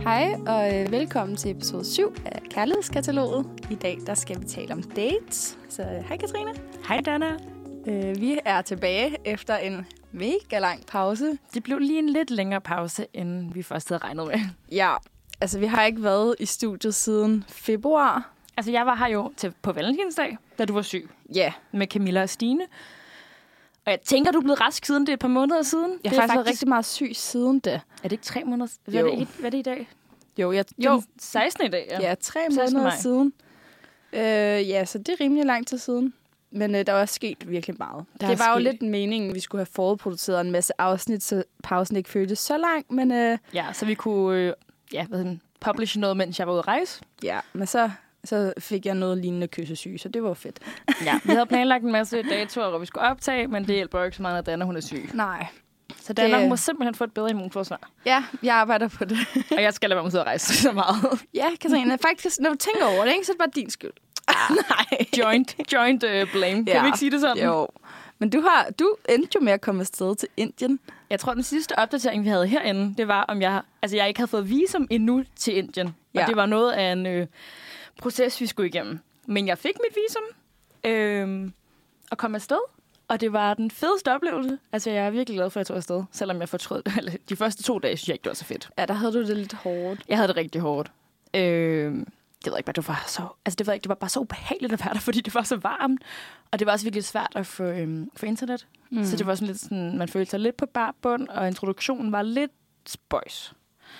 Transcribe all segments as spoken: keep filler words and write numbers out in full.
Hej og øh, velkommen til episode syv af Kærlighedskataloget. I dag der skal vi tale om dates. Så øh, hej Katrine. Hej Dana. Øh, vi er tilbage efter en mega lang pause. Det blev lige en lidt længere pause, end vi først havde regnet med. Ja, altså vi har ikke været i studiet siden februar. Altså jeg var her jo til, på Valentinsdag, da du var syg. Ja. Yeah. Med Camilla og Stine. Og jeg tænker, du er blevet rask siden det er et par måneder siden. Jeg har faktisk været rigtig meget syg siden det. Er det ikke tre måneder? Hvad er det, hvad er det i dag? Jo, jeg, jo. sekstende i dag, ja. Ja, tre måneder siden. Øh, ja, så det er rimelig lang tid siden. Men øh, der er også sket virkelig meget. Der det var sket. jo lidt meningen, at vi skulle have forudproduceret en masse afsnit, så pausen ikke føltes så lang. Men, øh, ja, så vi kunne øh, ja, hvad hedder, publishe noget, mens jeg var ude at rejse. Ja, men så... Så fik jeg noget lignende kyssesyge, så det var fedt. Ja, vi havde planlagt en masse datoer, hvor vi skulle optage, men det hjælper jo ikke så meget, at Dana hun er syg. Nej. Så Dana det... må simpelthen få et bedre immunforsvar. Ja, jeg arbejder på det. Og jeg skal lade være med at rejse så meget. Ja, Katrine, faktisk, når du tænker over det, ikke, så er det bare din skyld. Ah, nej. Joint, joint uh, blame. Ja. Kan vi ikke sige det sådan? Jo. Men du, har, du endte jo med at komme afsted til Indien. Jeg tror, den sidste opdatering, vi havde herinde, det var, om jeg... Altså, jeg ikke havde fået visum endnu til Indien. Ja. Og det var noget af en... Øh, proces, vi skulle igennem. Men jeg fik mit visum øh, og kom afsted, og det var den fedeste oplevelse. Altså, jeg er virkelig glad for, at jeg tog afsted, selvom jeg fortrød eller, de første to dage, synes jeg ikke, det var så fedt. Ja, der havde du det lidt hårdt. Jeg havde det rigtig hårdt. Øh, det ved jeg ikke, det var så... Altså, det var, ikke, det var bare så ubehageligt at være der, fordi det var så varmt. Og det var også virkelig svært at få, øh, få internet. Mm. Så det var sådan lidt sådan, man følte sig lidt på bar bund, og introduktionen var lidt spøjs.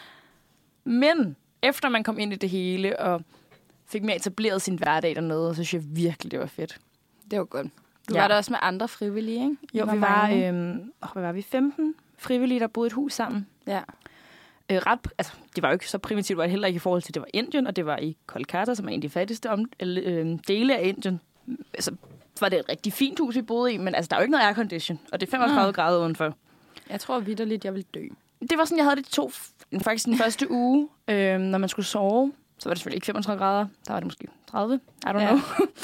Men efter man kom ind i det hele, og fik mere etableret sin hverdag dernede, og så synes jeg virkelig, det var fedt. Det var godt. Du ja. var der også med andre frivillige, ikke? Jo, vi var, øhm, hvad var vi, femten frivillige, der boede i et hus sammen. Ja. Øh, ret, altså, det var jo ikke så primitivt, var det heller ikke i forhold til, det var Indien, og det var i Kolkata, som er en af de fattigste om, eller, øh, dele af Indien. Altså, var det et rigtig fint hus, vi boede i, men altså, der er jo ikke noget aircondition, og det er femogtredive ja. grader udenfor. Jeg tror vitterligt, jeg ville dø. Det var sådan, jeg havde de to, faktisk den første uge, øh, når man skulle sove. Så var det selvfølgelig ikke femogtredive grader. Der var det måske tredive. I don't ja. know.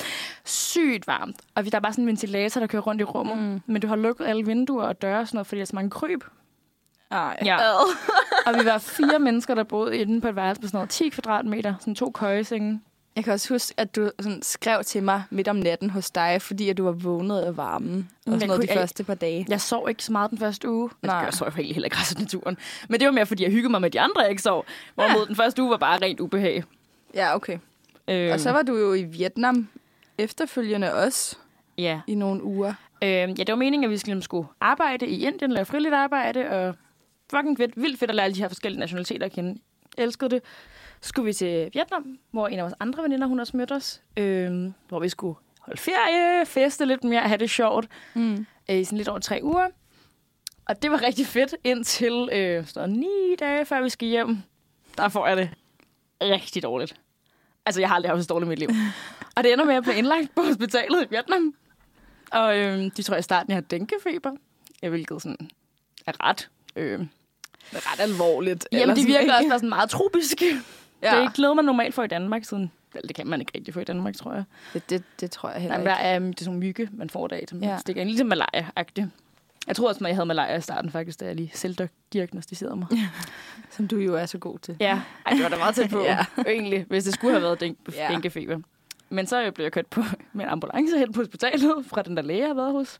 Sygt varmt. Og der er bare sådan en ventilator, der kører rundt i rummet. Mm. Men du har lukket alle vinduer og døre og sådan noget, fordi der er så mange kryb. Ej. Ja. Og vi var fire mennesker, der boede inde på et værelse på sådan noget ti kvadratmeter. Sådan to køjesenge. Jeg kan også huske, at du sådan skrev til mig midt om natten hos dig, fordi at du var vågnet af varmen. Og sådan noget de jeg, første par dage. Jeg sov ikke så meget den første uge. Nej. Jeg sov egentlig heller ikke resten af naturen. Men det var mere, fordi jeg hyggede mig med de andre, jeg ikke sov. Hvorimod ja. den første uge var bare rent ubehag. Ja, okay. Øhm. Og så var du jo i Vietnam efterfølgende også. Ja. I nogle uger. Øhm, ja, det var meningen, at vi skulle, skulle arbejde i Indien, lave frivilligt arbejde, og fucking fedt, vildt fedt at lære alle de her forskellige nationaliteter at kende. Jeg elskede det. Så skulle vi til Vietnam, hvor en af vores andre veninder, hun også mødte os, øhm, hvor vi skulle holde ferie, feste lidt mere, have det sjovt, mm. øh, i sådan lidt over tre uger. Og det var rigtig fedt, indtil øh, sådan ni dage, før vi skal hjem. Der får jeg det rigtig dårligt. Altså, jeg har aldrig haft så dårligt i mit liv. Og det ender med at blive indlagt på hospitalet i Vietnam. Og øh, de tror jeg i starten, jeg har denguefeber. Jeg hvilket sådan er ret... Øh, ret alvorligt. Jamen, det virker også bare sådan meget tropisk. Ja. Det er ikke noget, man normalt får i Danmark. Sådan. Det kan man ikke rigtig få i Danmark, tror jeg. Det, det, det tror jeg heller ikke. Der er, det er sådan mygge, man får der, som ja. stikker ind. Ligesom malaria-agtigt. Jeg tror også, at jeg havde malaria i starten, faktisk, da jeg lige selvdiagnostiserede mig. Ja. Som du jo er så god til. Ja, ej, det var da meget tæt på, ja. egentlig, hvis det skulle have været den- denguefeber. Ja. Men så blev jeg kørt på med en ambulance hen på hospitalet, fra den der læge, jeg havde været hos,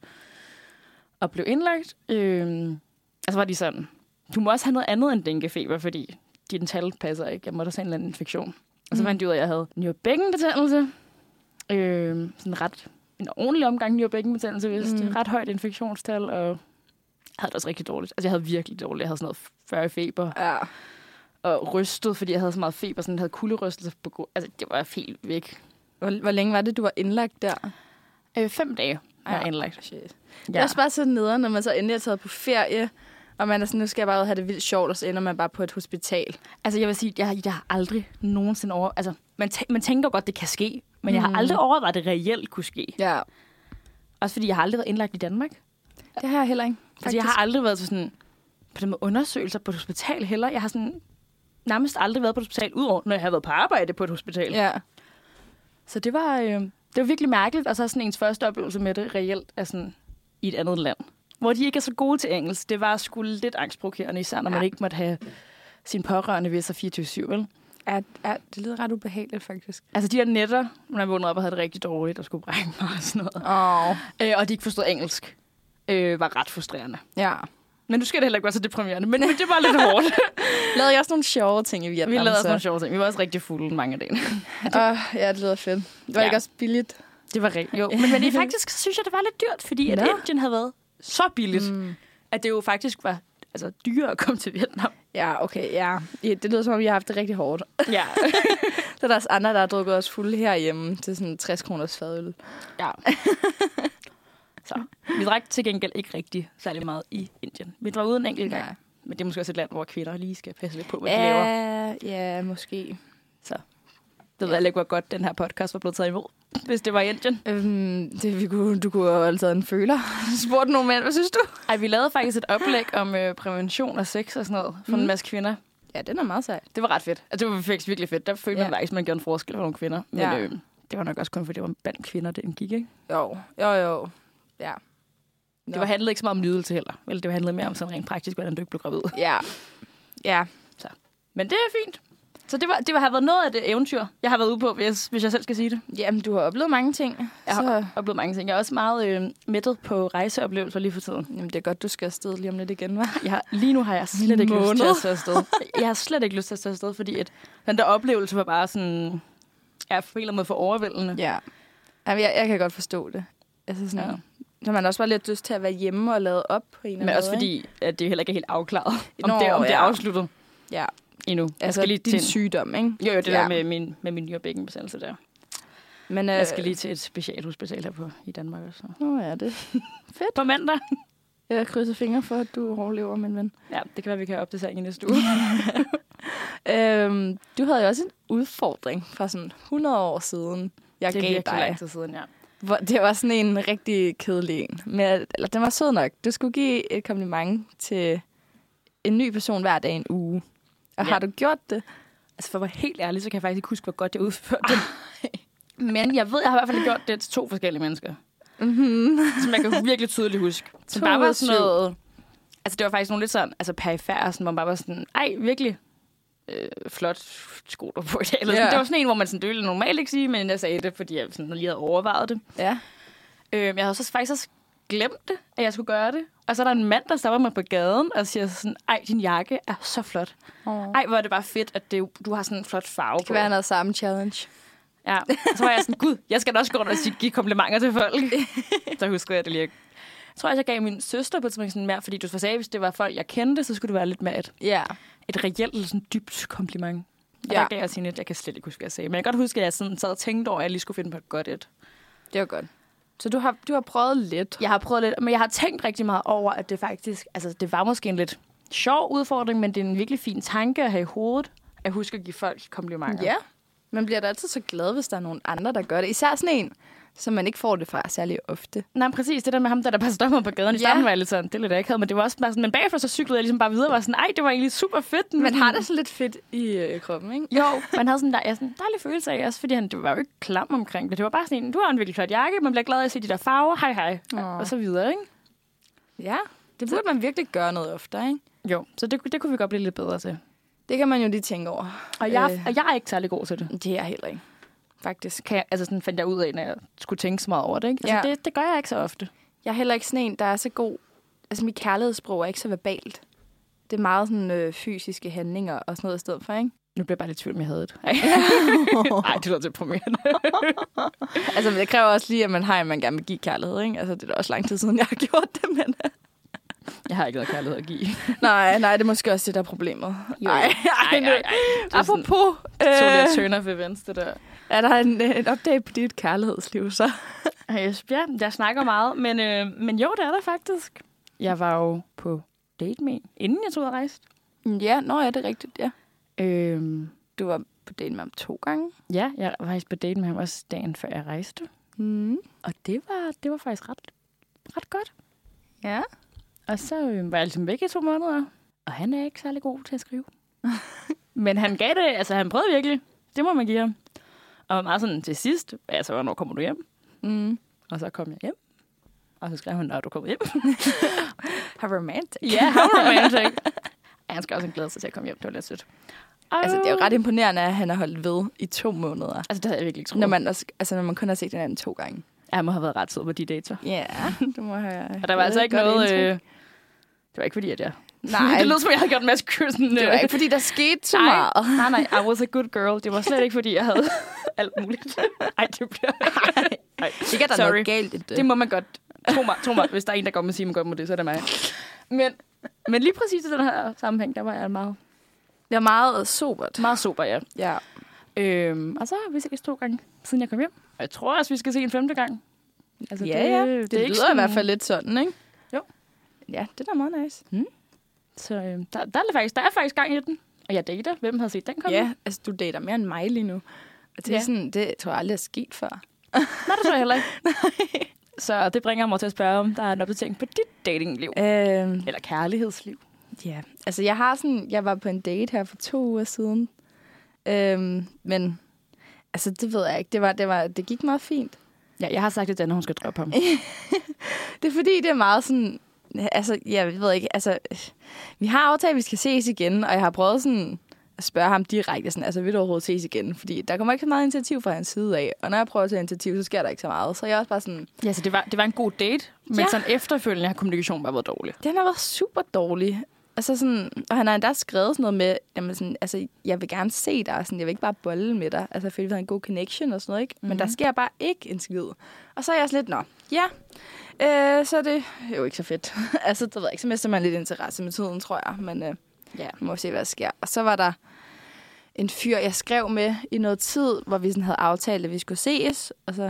og blev indlagt. Øhm, altså var de sådan, du må også have noget andet end denguefeber, fordi din tal passer ikke. Jeg måtte også have en eller anden infektion. Og så fandt jeg ud af, at jeg havde nyrebækkenbetændelse. Øhm, sådan ret... en ordentlig omgang nyrebækkenbetændelse, hvis mm. det er ret højt infektionstal, og jeg havde det også rigtig dårligt. Altså, jeg havde virkelig dårligt. Jeg havde sådan noget fyrre feber. Ja. Og rystet, fordi jeg havde så meget feber, sådan jeg havde kulderystelse på grund. Altså, det var helt væk. Hvor, hvor længe var det, du var indlagt der? Øh, fem dage var jeg indlagt. Shit. Ja. Det er også bare så nederen, når man så endelig er taget på ferie, og man er sådan, nu skal jeg bare have det vildt sjovt, og så ender man bare på et hospital. Altså, jeg vil sige, jeg, jeg har aldrig nogensinde over... Altså, man, tæ- man tænker godt, det kan ske, men mm. jeg har aldrig overvejet, at det reelt kunne ske. Ja. Også fordi jeg har aldrig været indlagt i Danmark. Det har jeg heller ikke, faktisk. Altså, jeg har aldrig været til sådan... På den måde undersøgelser på et hospital heller. Jeg har sådan nærmest aldrig været på et hospital, udover når jeg har været på arbejde på et hospital. Ja. Så det var, øh, det var virkelig mærkeligt, og så sådan ens første oplevelse med det reelt er sådan i et andet land. Hvor de ikke er så gode til engelsk. Det var sgu lidt angstprovokerende, især når ja. man ikke måtte have sin pårørende ved sig fireogtyve syv, vel? Ja, ja, det lyder ret ubehageligt, faktisk. Altså, de her nætter, når jeg vågnede op og havde det rigtig dårligt, og skulle brække mig og sådan noget. Oh. Øh, og de ikke forstod engelsk, øh, var ret frustrerende. Ja. Men nu skal det heller ikke være så deprimerende, men, men det var lidt hårdt. Lavede jeg også nogle sjove ting i Vietnam? Vi lavede også nogle sjove ting. Vi var også rigtig fulde mange af dagene. Oh, ja, det lyder fedt. Det var ja. ikke også billigt? Det var rigtigt. Jo, men, men det faktisk synes jeg, det var lidt dyrt, fordi at no. Indien havde været så billigt, mm. at det jo faktisk var altså, dyrere at komme til Vietnam. Ja, okay, ja. Det lyder som om, vi har haft det rigtig hårdt. Ja. Så er der også andre, der har drukket os fulde herhjemme til sådan tres kroners fadøl. Ja. Så vi drak til gengæld ikke rigtig særlig meget i Indien. Vi var ude en enkelt gang. Ja. Men det er måske også et land, hvor kvinder lige skal passe lidt på, hvad de ja, laver. Ja, måske. Så det ved jeg ikke, hvor godt den her podcast var blevet taget imod, hvis det var i Indien. Øhm, det, vi kunne, du kunne jo have taget en føler. Spurgte nogle mænd, hvad synes du? Ej, vi lavede faktisk et oplæg om øh, prævention af sex og sådan noget for mm. en masse kvinder. Ja, det er meget sejt. Det var ret fedt. Altså, det var faktisk virkelig fedt. Der følte ja. man faktisk, at man gjorde en forskel for nogle kvinder. Men ja. øh, det var nok også kun, fordi det var blandt kvinder, det gik, ikke? Jo, jo, jo. Ja. No. Det var handlet ikke så meget om nydelse heller. Vel, det var handlet mere om sådan rent praktisk, hvordan du ikke blev gravid. Ja. Ja. Så. Men det er fint. Så det, var, det har været noget af det eventyr, jeg har været ude på, hvis, hvis jeg selv skal sige det. Jamen, du har oplevet mange ting. Jeg så... har oplevet mange ting. Jeg er også meget øh, mættet på rejseoplevelser lige for tiden. Jamen, det er godt, du skal afsted lige om lidt igen, hva'? Jeg har, lige nu har jeg slet ikke lyst til at tage afsted. Jeg har slet ikke lyst til at tage afsted, fordi at den der oplevelse var bare sådan... Jeg er på en eller anden måde for overvældende. Ja. Jamen, jeg, jeg kan godt forstå det. Altså sådan... Ja. Så man også bare lidt lyst til at være hjemme og lade op på en eller anden måde. Men også fordi, at det heller ikke er helt afklaret, om, Nå, det, om ja. det er afsluttet. Ja. Endnu. Altså, jeg skal lige din til... sygdom, ikke? Jo, jo, det ja. der med min, med min nyrebækkenbesættelse der. Men, øh... Jeg skal lige til et specialhospital her på, i Danmark også. Nå ja, det fedt. På mandag. Jeg krydser fingre for, at du overlever, min ven. Ja, det kan være, vi kan op til sagen i næste uge. øhm, du havde jo også en udfordring fra sådan hundrede år siden. Jeg det er gav virkelig dig. lang tid siden, ja. Hvor det var sådan en rigtig kedelig en. Men, eller den var sød nok. Du skulle give et kompliment til en ny person hver dag en uge. Og ja. Har du gjort det? Altså for at være helt ærlig, så kan jeg faktisk ikke huske, hvor godt jeg udførte det. Men jeg ved, jeg har i hvert fald gjort det til to forskellige mennesker. Mm-hmm. Som jeg kan virkelig tydeligt huske. Som bare var sådan noget... Altså det var faktisk nogle lidt sådan, altså perifære, sådan, hvor man bare var sådan, ej, virkelig øh, flot sko der på i dag. Yeah. Det var sådan en, hvor man sådan, det ville normalt ikke sige, men jeg sagde det, fordi jeg sådan, lige havde overvejet det. Ja. Øh, jeg havde så faktisk også glemt det, at jeg skulle gøre det. Og så er der en mand, der stopper mig på gaden og siger sådan, ej, din jakke er så flot. Oh. Ej, hvor er det bare fedt, at det, du har sådan en flot farve på. Det kan være noget samme challenge. Ja, så var jeg sådan, gud, jeg skal da også gå rundt og give komplimenter til folk. Så husker jeg det lige. Jeg tror også, jeg gav min søster på sådan mere, fordi du sagde, hvis det var folk, jeg kendte, så skulle det være lidt mere et, yeah. et reelt, sådan dybt kompliment. Og ja. Der gav jeg sådan et, jeg kan slet ikke huske, hvad jeg sagde. Men jeg kan godt huske, at jeg sådan sad og tænkte over, at jeg lige skulle finde på et godt et. Det var godt. Så du har, du har prøvet lidt? Jeg har prøvet lidt, men jeg har tænkt rigtig meget over, at det faktisk, altså det var måske en lidt sjov udfordring, men det er en virkelig fin tanke at have i hovedet, at huske at give folk komplimenter. Ja, man bliver da altid så glad, hvis der er nogen andre, der gør det. Især sådan en, så man ikke får det fra særlig ofte. Nej, præcis. Det der med ham, der, der bare stopper på gaden. I starten var jeg lidt sådan, det er lidt akavet, men det var også bare sådan, men bagefter så cyklede jeg ligesom bare videre og var sådan, ej, det var egentlig super fedt. Man har det så lidt fedt i øh, kroppen, ikke? Jo, man havde sådan der, ja, sådan en dejlig følelse af, også fordi han, det var jo ikke klam omkring det. Det var bare sådan en, du har en virkelig flot jakke, man bliver glad af at se de der farver, hej hej, oh. og så videre, ikke? Ja, det burde man virkelig gøre noget ofte, ikke? Jo, så det, det kunne vi godt blive lidt bedre til. Det kan man jo lige tænke over. Og jeg, øh, og jeg er ikke særlig god til det. Det er jeg heller ikke. Faktisk. Kan jeg, altså sådan fandt jeg ud af, når jeg skulle tænke så meget over det, ikke? Altså ja. det, det gør jeg ikke så ofte. Jeg er heller ikke sådan en, der er så god. Altså mit kærlighedssprog er ikke så verbalt. Det er meget sådan øh, fysiske handlinger og sådan noget i stedet for, ikke? Nu bliver jeg bare lidt tvivl, om jeg havde det. Nej, det lyder til promerende. Altså det kræver også lige, at man har en, man gerne vil give kærlighed, ikke? Altså det er da også lang tid siden, jeg har gjort det, men... Jeg har ikke noget kærlighed at give. nej, nej, det er måske også det, der er problemet. Nej, nej, nej. Apropos... Øh, så jeg tøner for venstre der. Er der en, en update på dit kærlighedsliv, så? Ja, jeg snakker meget, men, øh, men jo, det er der faktisk. Jeg var jo på date med en, inden jeg tog ud og rejste. Ja, nå ja, det er rigtigt, ja. Øhm, du var på date med ham to gange? Ja, jeg var faktisk på date med ham også dagen før jeg rejste. Mm. Og det var, det var faktisk ret, ret godt. Ja. Og så øh, var jeg ligesom væk i to måneder. Og han er ikke særlig god til at skrive. Men han gav det, altså han prøvede virkelig. Det må man give ham. Og meget sådan til sidst, altså hvornår kommer du hjem? Mm. Og så kom jeg hjem. Og så skrev hun, når du kommer hjem. How romantic. Ja, yeah, how romantic. Ja, han skal også glæde sig til at komme hjem. Det var lidt sødt. Altså, det er jo ret imponerende, at han har holdt ved i to måneder. Altså, det havde jeg virkelig ikke troet. Når man, også, altså, når man kun har set hinanden to gange. Ja, han må have været ret sød på de dater. Ja, det må have. Og der var altså ikke noget... Øh, det var ikke fordi, at jeg... Nej. Det lød som, jeg havde gjort en masse kyssen. Det var ikke fordi, der skete så meget. Nej, nej, I was a good girl. Det var slet ikke fordi, jeg havde alt muligt. Ej, det bliver... Nej, ikke er der Sorry. Noget galt i det. Det må man godt. Tro mig, tro mig. Hvis der er en, der godt må sige, at man godt må det, så er det mig. Men, men lige præcis i den her sammenhæng, der var jeg meget... Det var meget sobert. Meget sober, ja. Ja. Øhm, og så har vi set to gange, siden jeg kom hjem. Og jeg tror også, vi skal se en femte gang. Altså, ja, det, ja. Det, det lyder sådan... i hvert fald lidt sådan, ikke? Jo. Ja, det er da meget nice. Mm. Så øh, der, der, er faktisk, der er faktisk gang i den. Og jeg dater. Hvem havde set den komme? Ja, altså du dater mere end mig lige nu. Og det, ja. er sådan, det tror jeg aldrig er sket før. Nej, det tror jeg heller ikke. Nej. Så det bringer mig til at spørge, om der er en opdatering på dit datingliv. Øhm, Eller kærlighedsliv. Ja, altså jeg har sådan, jeg var på en date her for to uger siden. Øhm, men altså det ved jeg ikke. Det, var, det, var, det gik meget fint. Ja, jeg har sagt til Danne, hun skal droppe ham. Det er fordi, det er meget sådan... Altså, jeg ved ikke, altså... Vi har aftalt, at vi skal ses igen, og jeg har prøvet sådan at spørge ham direkte, sådan, altså vil du overhovedet ses igen? Fordi der kommer ikke så meget initiativ fra hans side af, og når jeg prøver at tage initiativ, så sker der ikke så meget. Så jeg er også bare sådan... Ja, så det var, det var en god date, men ja. Sådan efterfølgende har kommunikationen bare været dårlig. Den har været super dårlig. Altså sådan, og han har endda skrevet sådan noget med, jamen sådan, altså, jeg vil gerne se dig, sådan, jeg vil ikke bare bolle med dig, altså fordi vi har en god connection og sådan noget, ikke? Mm-hmm. Men der sker bare ikke en skid. Og så er jeg sådan lidt, nå, ja, øh, så er det jo ikke så fedt. altså, det ved jeg ikke, så mister man lidt interesse med tiden, tror jeg, men øh, ja, vi må se, hvad der sker. Og så var der en fyr, jeg skrev med i noget tid, hvor vi sådan havde aftalt, at vi skulle ses, og så...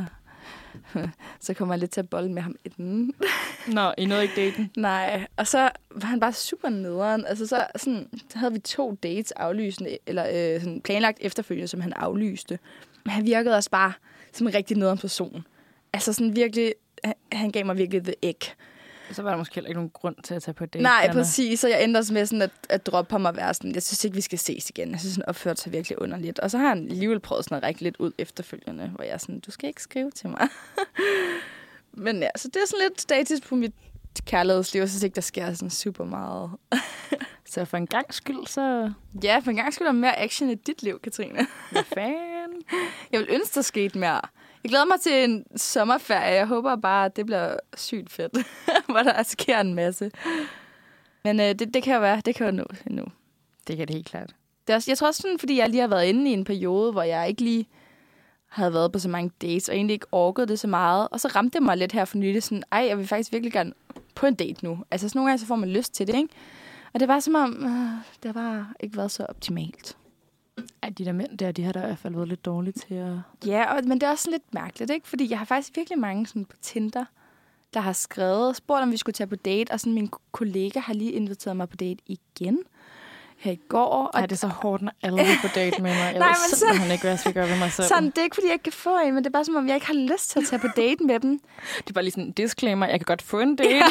så kommer jeg lidt til at bolle med ham inden. Nå, I nåede ikke daten? Nej, og så var han bare super nederen. Altså, så, sådan, så havde vi to dates aflysende, eller øh, sådan planlagt efterfølgende, som han aflyste. Men han virkede også bare som en rigtig nederen person. Altså sådan virkelig, han, han gav mig virkelig the egg. Så var der måske heller ikke nogen grund til at tage på et date. Nej, Anna. Præcis. Så jeg endte også med sådan at, at droppe ham og være sådan, jeg synes ikke, vi skal ses igen. Jeg synes, han opførte sig virkelig underligt. Og så har han alligevel prøvet sådan at række lidt ud efterfølgende, hvor jeg er sådan, du skal ikke skrive til mig. Men ja, så det er sådan lidt status på mit kærlighedsliv. Jeg synes ikke, der sker sådan super meget. Så for en gang skyld, så... Ja, for en gang skyld er mere action i dit liv, Katrine. Hvad fanden? Jeg vil ønske, der skete mere. Jeg glæder mig til en sommerferie. Jeg håber bare, at det bliver sygt fedt, hvor der sker en masse. Men øh, det, det kan jo være, det kan jo nå endnu. Det kan det helt klart. Det er også, jeg tror også sådan, fordi jeg lige har været inde i en periode, hvor jeg ikke lige havde været på så mange dates, og egentlig ikke orkede det så meget. Og så ramte det mig lidt her for nylig, sådan, ej, jeg vil faktisk virkelig gerne på en date nu. Altså sådan nogle gange, så får man lyst til det, ikke? Og det var som om, øh, det har bare ikke været så optimalt. Ej, de der mænd der, de har da i hvert fald været lidt dårlige til at... Ja, og, men det er også lidt mærkeligt, ikke? Fordi jeg har faktisk virkelig mange sådan, på Tinder, der har skrevet, spurgt om vi skulle tage på date, og sådan min kollega har lige inviteret mig på date igen her i går. Og Ej, det er så hårdt, når alle vil på date med mig. Jeg Nej, ved simpelthen ikke, hvad jeg skal gøre ved mig selv. Sådan, det er ikke, fordi jeg ikke kan få en, men det er bare som om, jeg ikke har lyst til at tage på date med dem. Det er bare lige sådan en disclaimer, jeg kan godt få en date.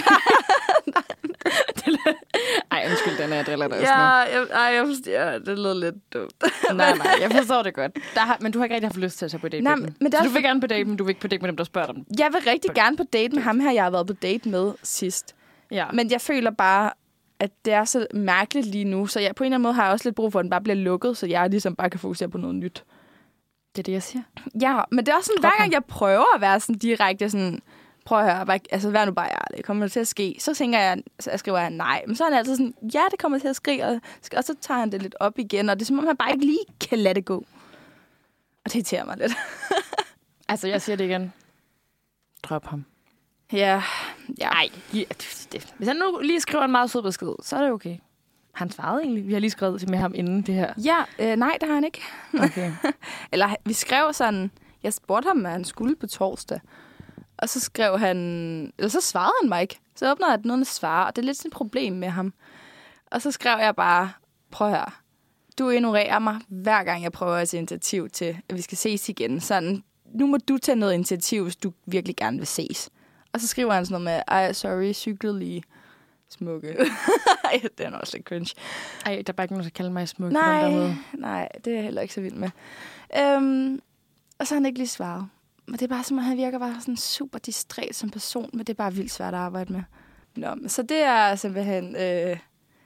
Ej, undskyld, den er jeg driller dig ja, jeg, ej, jeg forstår, ja, det lød lidt dumt. nej, nej, jeg forstår det godt. Der har, men du har ikke rigtig haft lyst til at tage på date nej, med dem. Men så du vil gerne på date, men du vil ikke på date med dem, der spørger dem. Jeg vil rigtig gerne på date med ham her, jeg har været på date med sidst. Ja. Men jeg føler bare, at det er så mærkeligt lige nu, så jeg, på en eller anden måde har jeg også lidt brug for, at den bare bliver lukket, så jeg ligesom bare kan fokusere på noget nyt. Det er det, jeg siger. Ja, men det er også sådan, hver gang jeg prøver at være sådan direkte sådan... Prøv at høre, altså vær nu bare ærlig, kommer det til at ske? Så tænker jeg, så jeg skriver jeg nej. Men så er han altid sådan, ja, det kommer til at ske, og, og så tager han det lidt op igen, og det er som om, han bare ikke lige kan lade det gå. Og det irriterer mig lidt. altså, jeg siger det igen. Drop ham. Ja. ja. Ej, det. Hvis han nu lige skriver en meget sød besked, så er det okay. Han svarede egentlig. Vi har lige skrevet med ham inden det her. Ja, øh, nej, det har han ikke. Okay. Eller vi skrev sådan, jeg spurgte ham, at han skulle på torsdag. Og så skrev han... Eller så svarede han mig ikke. Så åbner jeg, at nogen svarer, og det er lidt sådan et problem med ham. Og så skrev jeg bare, prøv her. Du ignorerer mig, hver gang jeg prøver at tage initiativ til, at vi skal ses igen. Sådan, nu må du tage noget initiativ, hvis du virkelig gerne vil ses. Og så skriver han sådan noget med, ej, sorry, cyklede lige smukke. Ej, det er også lidt cringe. Ej, der er bare ikke nogen, der kalder mig smukke. Nej, nej, det er jeg heller ikke så vild med. Øhm, og så har han ikke lige svaret. Men det er bare som, at han virker bare sådan super distræt som person, men det er bare vildt svært at arbejde med. Nå, så det er simpelthen øh,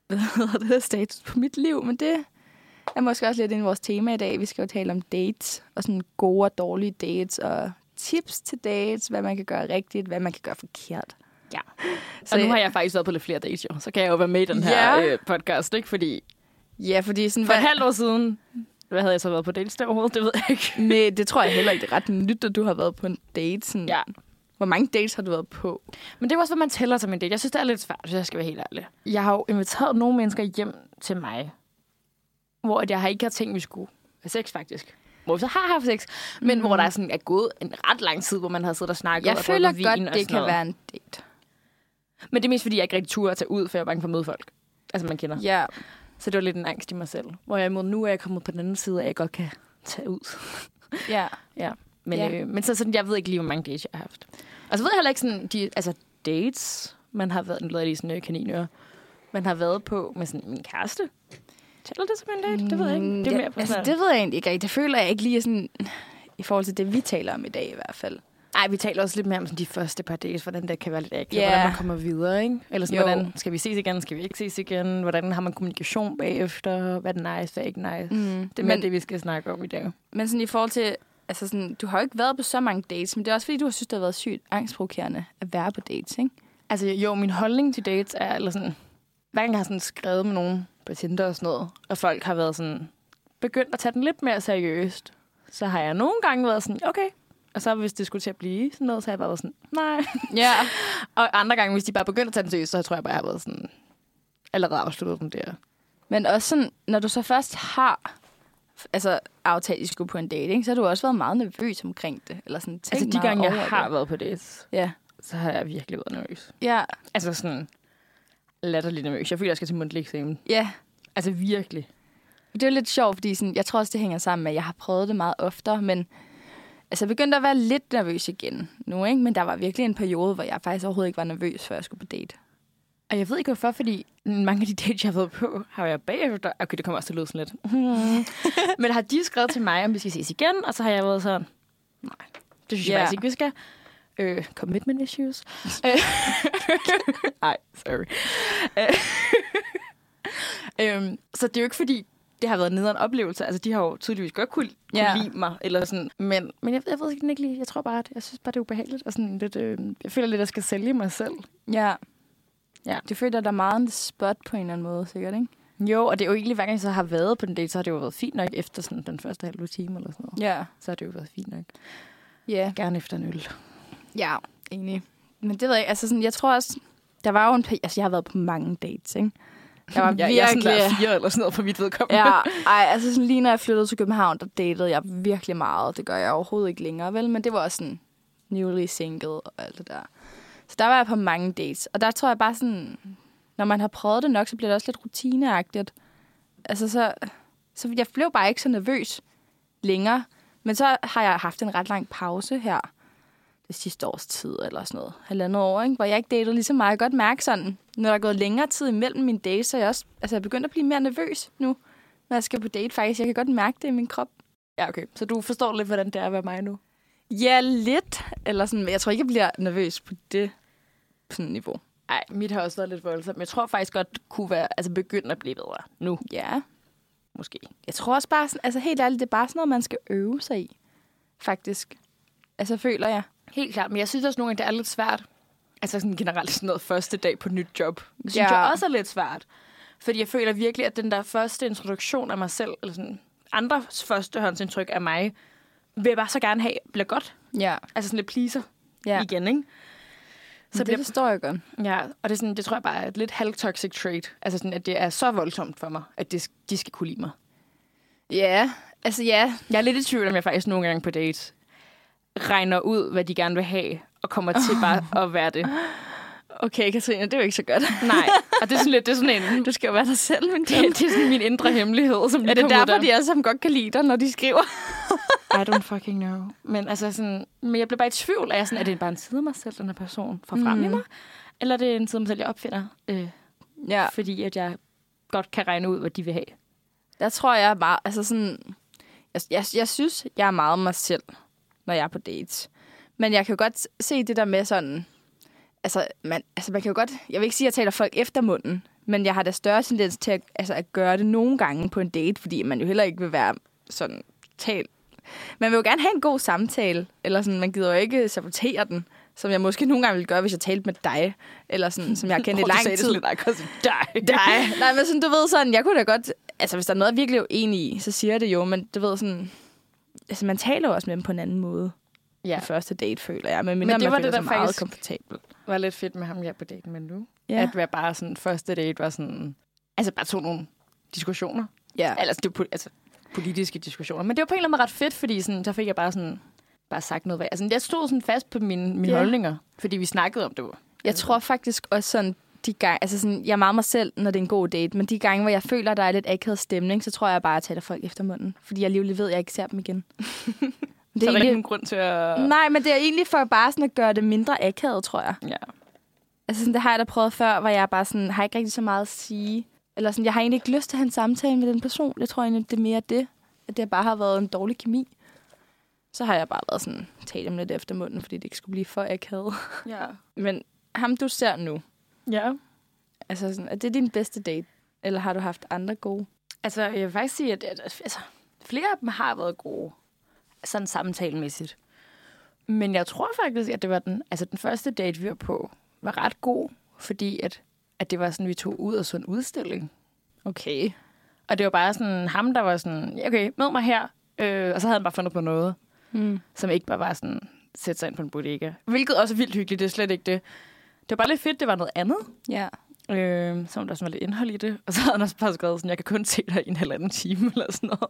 hvad hedder det, status på mit liv, men det er måske også lidt inde i vores tema i dag. Vi skal jo tale om dates, og sådan gode og dårlige dates, og tips til dates, hvad man kan gøre rigtigt, hvad man kan gøre forkert. Ja, så nu har jeg faktisk været på lidt flere dates, jo. Så kan jeg jo være med i den her ja. øh, podcast, ikke? Fordi, ja, fordi sådan, for et halvt år siden, hvad havde jeg så været på dates der overhovedet? Det ved jeg ikke. Men det tror jeg heller ikke, det er ret nyt, at du har været på en date. Sådan. Ja. Hvor mange dates har du været på? Men det er også, hvad man tæller som en date. Jeg synes, det er lidt svært, hvis jeg skal være helt ærlig. Jeg har jo inviteret nogle mennesker hjem til mig, hvor jeg har ikke har tænkt, at vi skulle have sex, faktisk. Hvor vi så har haft sex, men mm. hvor der er, sådan, er gået en ret lang tid, hvor man har siddet og snakket. Jeg og føler vin godt, og det kan noget. være en date. Men det er mest, fordi jeg ikke rigtig turde at tage ud, for jeg er bange for at møde folk. Altså, man kender. Ja. Så det var lidt en angst i mig selv. Hvor jeg imod nu er jeg kommet på den anden side, at jeg godt kan tage ud. Ja. Ja. Men, ja. Øh, men så sådan, jeg ved ikke lige, hvor mange dates jeg har haft. Og så ved jeg heller ikke sådan, de, altså dates, man har været, nu lavede jeg lige sådan øh, kaninører, man har været på med sådan min kæreste. Tæller det som en date? Det ved jeg ikke. Det, er ja, mere på altså, det ved jeg egentlig ikke. Det føler jeg ikke lige sådan, i forhold til det, vi taler om i dag i hvert fald. Ej, vi taler også lidt mere om sådan, de første par dates, hvordan det kan være lidt akavet, yeah. hvordan man kommer videre, ikke? Eller sådan, hvordan skal vi ses igen, skal vi ikke ses igen, hvordan har man kommunikation bagefter, hvad er nice, hvad er ikke nice. Mm. Det er mere det, vi skal snakke om i dag. Men sådan i forhold til, altså sådan, du har jo ikke været på så mange dates, men det er også fordi, du har synes, det har været sygt angstprovokerende at være på dates, ikke? Altså jo, min holdning til dates er, eller sådan, hver gang jeg har sådan skrevet med nogen på Tinder og sådan noget, og folk har været sådan, begyndt at tage den lidt mere seriøst, så har jeg nogle gange været sådan, okay. Og så hvis det skulle til at blive sådan noget, så har jeg bare været sådan, nej. Ja. Og andre gange, hvis de bare begyndte at tage den seriøst, så tror jeg bare, jeg har været sådan, allerede afsluttet den der. Men også sådan, når du så først har altså, aftalt, at I skulle på en date, ikke, så har du også været meget nervøs omkring det. Eller sådan, altså de gange, jeg har det. været på dates, ja. så har jeg virkelig været nervøs. Ja. Altså sådan latterlig nervøs. Jeg føler, jeg skal til mundtlig eksamen. Ja. Altså virkelig. Det er jo lidt sjovt, fordi sådan, jeg tror også, det hænger sammen med, at jeg har prøvet det meget oftere, men altså, jeg begyndte at være lidt nervøs igen nu, ikke? Men der var virkelig en periode, hvor jeg faktisk overhovedet ikke var nervøs, før jeg skulle på date. Og jeg ved ikke hvorfor, fordi mange af de dates, jeg har været på, har jeg bagefter... Okay, det kommer også til at lyde sådan lidt. Hmm. Men har de skrevet til mig, om vi skal ses igen, og så har jeg været sådan, nej, det synes jeg yeah. faktisk ikke, vi skal. Øh, commitment issues. Nej, sorry. øhm, så det er jo ikke fordi, det har været nederen oplevelse. Altså, de har jo tydeligvis godt kunne, kunne yeah. lide mig, eller sådan. Men, men jeg, jeg ved ikke, ikke lige. Jeg tror bare, at jeg synes bare, det er ubehageligt. Og sådan lidt, øh, jeg føler lidt, at jeg skal sælge mig selv. Ja. Ja. Du føler, at der er meget en spot på en eller anden måde, sikkert, ikke? Jo, og det er jo egentlig, hver gang jeg så har været på den date, så har det jo været fint nok efter sådan den første halve time eller sådan noget. Ja. Så har det jo været fint nok. Ja. Yeah. Gerne efter en øl. Ja, enig. Men det ved jeg ikke. Altså sådan, jeg tror også, der var jo en... Altså, jeg har været på mange dates, ikke? Jeg var virkelig... Jeg er sådan der fire eller sådan noget på mit vedkommende. Ja, ej, altså sådan, lige når jeg flyttede til København, der datede jeg virkelig meget. Det gør jeg overhovedet ikke længere, vel? Men det var også sådan newly single og alt det der. Så der var jeg på mange dates. Og der tror jeg bare sådan... Når man har prøvet det nok, så bliver det også lidt rutineagtigt. Altså så... Så jeg blev bare ikke så nervøs længere. Men så har jeg haft en ret lang pause her. Det sidste års tid eller sådan noget. Halvandet år, ikke? Hvor jeg ikke datede lige så meget. Jeg kan godt mærke sådan, når der er gået længere tid imellem mine dates, så er jeg også altså, jeg begyndt at blive mere nervøs nu, når jeg skal på date faktisk. Jeg kan godt mærke det i min krop. Ja, okay. Så du forstår lidt, hvordan det er at være mig nu? Ja, lidt. Eller sådan, men jeg tror ikke, jeg bliver nervøs på det sådan niveau. Nej, mit har også været lidt voldsomt. Men jeg tror faktisk godt, det kunne være, altså begynde at blive bedre nu. Ja. Måske. Jeg tror også bare, sådan, altså helt ærligt, det er bare sådan noget, man skal øve sig i. Faktisk. Altså føler jeg. Helt klart, men jeg synes også nogle gange, det er lidt svært. Altså sådan generelt sådan noget første dag på nyt job. Det synes ja. jeg også er lidt svært. Fordi jeg føler virkelig, at den der første introduktion af mig selv, eller sådan andres førstehåndsindtryk af mig, vil jeg bare så gerne have, bliver godt. Ja. Altså sådan lidt pleaser ja. igen, ikke? Så det bliver... forstår jeg godt. Ja, og det, er sådan, det tror jeg bare er et lidt halv-toxic trait. Altså sådan, at det er så voldsomt for mig, at det, de skal kunne lide mig. Ja, altså ja. Jeg er lidt i tvivl, om jeg faktisk nogle gange på dates regner ud, hvad de gerne vil have, og kommer til oh. bare at være det. Okay, Katrine, det er jo ikke så godt. Nej, og det er sådan lidt, det er sådan en... Du skal jo være dig selv, men det, det er sådan min indre hemmelighed, som er det derfor, der. De alle sammen godt kan lide dig, når de skriver? I don't fucking know. Men altså sådan... Men jeg bliver bare i tvivl af, sådan, er det bare en side af mig selv, den her person får frem mm. i mig? Eller er det en side af mig selv, jeg opfinder? Øh, ja. Fordi at jeg godt kan regne ud, hvad de vil have. Der tror jeg bare... Altså sådan... Jeg, jeg, jeg synes, jeg er meget mig selv, når jeg er på dates. Men jeg kan jo godt se det der med sådan... Altså man, altså, man kan jo godt... Jeg vil ikke sige, at jeg taler folk efter munden, Men jeg har da større tendens til at, altså, at gøre det nogle gange på en date, fordi man jo heller ikke vil være sådan totalt... Man vil jo gerne have en god samtale, eller sådan, man gider jo ikke sabotere den, som jeg måske nogle gange ville gøre, hvis jeg talte med dig, eller sådan, som jeg har kendt i lang tid. Du sagde det sådan lidt, dig. dig. Nej, men sådan, du ved sådan, jeg kunne da godt... Altså, hvis der er noget, jeg virkelig er uenig i, så siger jeg det jo, men du ved sådan... Altså, man taler jo også med dem på en anden måde. Ja. Det første date, føler jeg. Men, men det man var det, der meget faktisk komfortabel. Var lidt fedt med ham, jeg er på daten med nu. Ja. At være bare sådan, første date var sådan... Altså, bare tog nogle diskussioner. Ja. Altså, det var altså, politiske diskussioner. Men det var på en eller anden måde ret fedt, fordi sådan, så fik jeg bare sådan... Bare sagt noget. Altså, jeg stod sådan fast på mine, mine yeah. holdninger, fordi vi snakkede om det. Jeg altså. tror faktisk også sådan, de gange, altså sådan, jeg er meget mig selv, når det er en god date, men de gange, hvor jeg føler, der er lidt akavet stemning, så tror jeg bare, at jeg tager folk efter munden, fordi jeg alligevel ved, at jeg ikke ser dem igen. Det er så er der ikke nogen grund til at... Nej, men det er egentlig for bare sådan at gøre det mindre akavet, tror jeg. Ja. Altså sådan, det har jeg da prøvet før, hvor jeg bare sådan, har ikke rigtig så meget at sige. Eller sådan, jeg har egentlig ikke lyst til at have en samtale med den person. Jeg tror egentlig, det er mere det, at det bare har været en dårlig kemi. Så har jeg bare været sådan, tag dem lidt efter munden, fordi det ikke skulle blive for akavet. Ja. Men ham, du ser nu, ja. Altså sådan, er det din bedste date? Eller har du haft andre gode? Altså, jeg vil faktisk sige, at, at altså, flere af dem har været gode. Sådan samtalemæssigt. Men jeg tror faktisk, at det var den, altså den første date, vi var på, var ret god. Fordi at, at det var sådan, vi tog ud og så en udstilling. Okay. Og det var bare sådan ham, der var sådan, okay, mød mig her. Øh, og så havde han bare fundet på noget. Mm. Som ikke bare var sådan, sætte sig ind på en bodega. Hvilket også er vildt hyggeligt, det er slet ikke det. Det var bare lidt fedt, det var noget andet. Ja. Øh, så der sådan var lidt indhold i det. Og så havde han også bare skrevet sådan, jeg kan kun se dig i en halvanden time, eller sådan noget.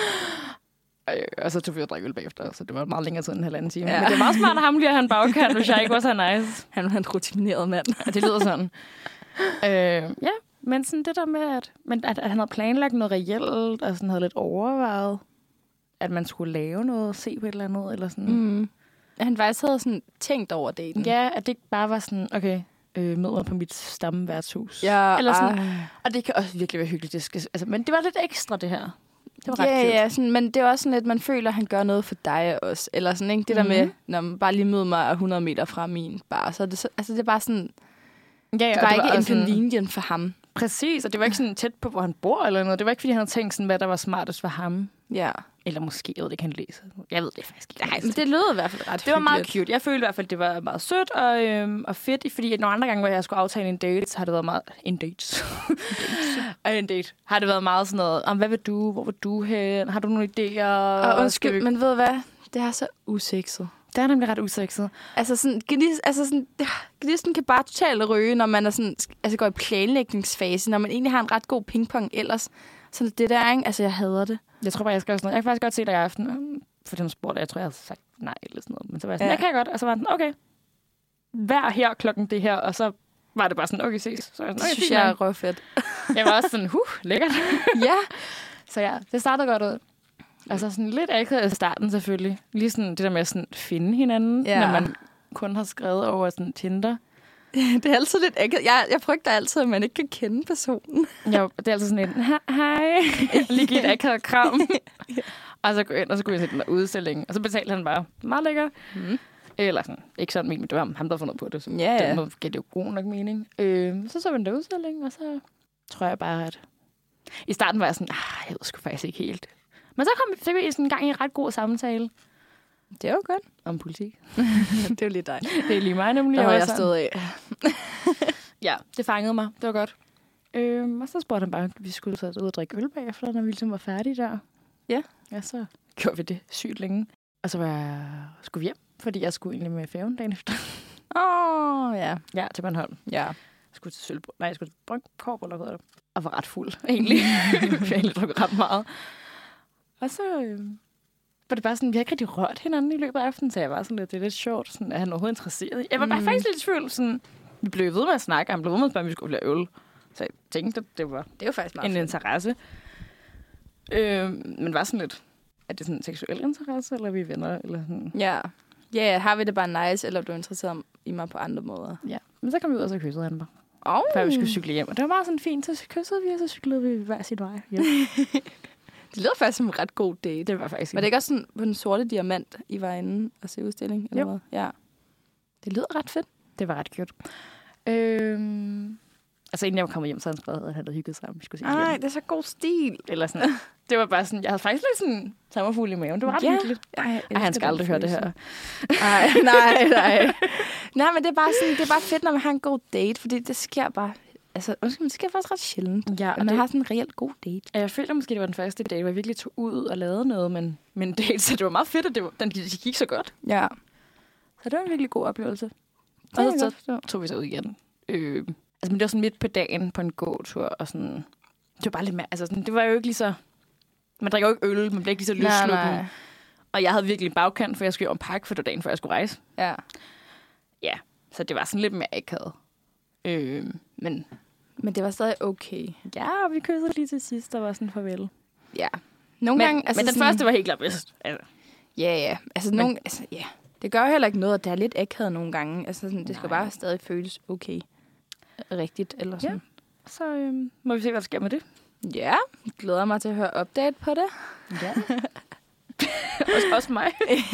Øh, og så tog vi og drikke øl bagefter, så det var meget længere tid end en halvanden time. Ja. Men det er meget smart, at ham bliver han bagkant, hvis jeg ikke var så nice. Han var en rutineret mand. Ja, det lyder sådan. øh, ja, men sådan det der med, at, men at, at han havde planlagt noget reelt, og sådan havde lidt overvejet, at man skulle lave noget, se på et eller andet, eller sådan. Mm. Han faktisk havde sådan tænkt over daten. Ja, at det ikke bare var sådan, okay, øh, mød mig på mit stammeværtshus. Ja, eller sådan. Uh. Og det kan også virkelig være hyggeligt. Det skal, altså, men det var lidt ekstra, det her. Det var ret ja, cute. Ja, sådan, men det er også sådan lidt, man føler, at han gør noget for dig også. Eller sådan, ikke? Det mm-hmm. der med, når man bare lige møder mig hundrede meter fra min bar. Så det, så, altså, det er bare sådan, ja, ja, det var det ikke var inconvenient for ham. Præcis, og det var ikke sådan tæt på, hvor han bor eller noget. Det var ikke, fordi han havde tænkt sådan, hvad der var smartest for ham. Ja. Eller måske, jeg ved det, kan læse. Jeg ved det faktisk ikke. Nej, men det lød i hvert fald ret Det var meget cute. Jeg følte i hvert fald, det var meget sødt og, øhm, og fedt, fordi nogle andre gange, hvor jeg skulle aftale en date, så har det været meget... En date. en date. Har det været meget sådan noget, om hvad vil du? Hvor vil du hen? Har du nogle idéer? Og undskyld, vi... men ved du hvad? Det er så usekset. Det er nemlig ret usekset. Altså sådan, gnist, altså sådan, gnisten kan bare totalt ryge, når man er sådan, altså går i planlægningsfase, når man egentlig har en ret god pingpong ellers. Så det der, ikke? Altså, jeg hader det. Jeg tror bare, jeg skal også noget. Jeg kan faktisk godt se dig i aften. For den spurgte, jeg tror, jeg havde sagt nej eller sådan noget. Men så var jeg sådan, ja. Jeg kan godt. Og så var den, okay. Hver her klokken det her. Og så var det bare sådan, okay, ses. Så jeg sådan, okay, det synes jeg er røvfedt. Jeg var også sådan, huh, lækkert. Ja. Så ja, det startede godt ud. Altså sådan lidt akavet i starten selvfølgelig. Lige sådan det der med at sådan finde hinanden, ja. Når man kun har skrevet over sådan Tinder. Det er altid lidt akavet. Jeg, jeg frygter altid, at man ikke kan kende personen. Jo, det er altid sådan en, hej, lige give et akavet kram. Ja. Og så gå ind, og så gå ind til den der udstilling. Og så betalte han bare meget lækker. Mm. Eller sådan, ikke sådan men det var ham, der fundet på det. Så ja, ja. Den måde gav det jo god nok mening. Øh, så så vi den der udstilling, og så tror jeg bare, at... I starten var jeg sådan, ah, jeg ved sgu faktisk ikke helt. Men så kom, fik vi sådan en gang i en ret god samtale. Det er jo godt. Om politik. Det er jo lige dig. Det er lige mig nemlig. Der var jeg stået af. Ja, det fangede mig. Det var godt. Øhm, og så spurgte han bare, at vi skulle så ud og drikke øl bagefter, når vi ligesom var færdige der. Ja. Ja, så gjorde vi det sygt længe. Og så var jeg, skulle vi hjem, fordi jeg skulle egentlig med færgen dagen efter. Åh, oh, ja. Ja, til Bornholm. Ja. Jeg skulle til Sølvbrug. Nej, jeg skulle til Brøndkorp, eller hvad det. Og var ret fuld, egentlig. Jeg har egentlig drukket ret meget. Og så øh, var det bare sådan, vi har ikke rigtig rørt hinanden i løbet af aftenen, så jeg var sådan lidt, det er lidt sjovt, sådan, er han overhovedet interesseret? Jeg var bare mm. faktisk lidt i tvivl, sådan, vi blev ved med at snakke, han blev ved med at spørge, om vi skulle blive øl. Så jeg tænkte, at det var, det er jo faktisk meget en fint. interesse. Øh, men var sådan lidt, er det sådan en seksuel interesse, eller er vi venner? Eller sådan? Ja. Ja, har vi det bare nice, eller er du interesseret i mig på andre måder? Ja, men så kom vi ud, og så kyssede han mig. Oh. Før vi skulle cykle hjem. Og det var meget sådan fint, så kyssede vi, og så cyklede vi hver sit vej. Ja. Det lyder faktisk som en ret god date. Det var faktisk. Var det ikke også sådan på den sorte diamant, I var inde og se udstilling? Eller hvad? Ja. Det lyder ret fedt. Det var ret cute. Øhm, Altså, inden jeg var kommet hjem, så havde han skrevet, at han havde hygget sammen. Vi skulle se Nej, det er så god stil. Eller sådan. Det var bare sådan, jeg havde faktisk lidt sådan sommerfugle i maven. Det var ret ja. hyggeligt. Ej, Ej, han skal aldrig høre det her. Nej, nej, nej. Nej, men det er bare sådan, det er bare fedt, når man har en god date, fordi det sker bare, altså, undskyld, det sker faktisk ret sjældent. Ja, og man det, har sådan en reelt god date. Jeg følte måske, det var den første date, hvor jeg virkelig tog ud og lavede noget, men, men date, så det var meget fedt, at det var, den gik, gik så godt. Ja. Så det var en virkelig god oplevelse. Det og så, så tog vi så ud igen. Øh, altså, men det var sådan midt på dagen på en gåtur, og sådan, det var bare lidt mere, altså sådan, det var jo ikke lige så, man drikker jo ikke øl, man bliver ikke lige så løslukken. Og jeg havde virkelig bagkant, for jeg skulle jo en pakke for det dagen, før jeg skulle rejse. Ja. Ja, så det var sådan lidt mere akavet. Øh, men, men det var stadig okay. Ja, og vi kyssede lige til sidst, der var sådan farvel. Ja. Nogle men, gange, altså men den sådan, første var helt klart bedst. Altså. Ja, ja. Altså, men, nogle, altså, ja. Det gør jo heller ikke noget, at det er lidt akavet nogle gange. Altså, sådan, det nej. Skal bare stadig føles okay. Rigtigt, eller sådan. Ja. Så øhm, må vi se, hvad der sker med det. Ja, jeg glæder mig til at høre update på det. Ja. også, også mig.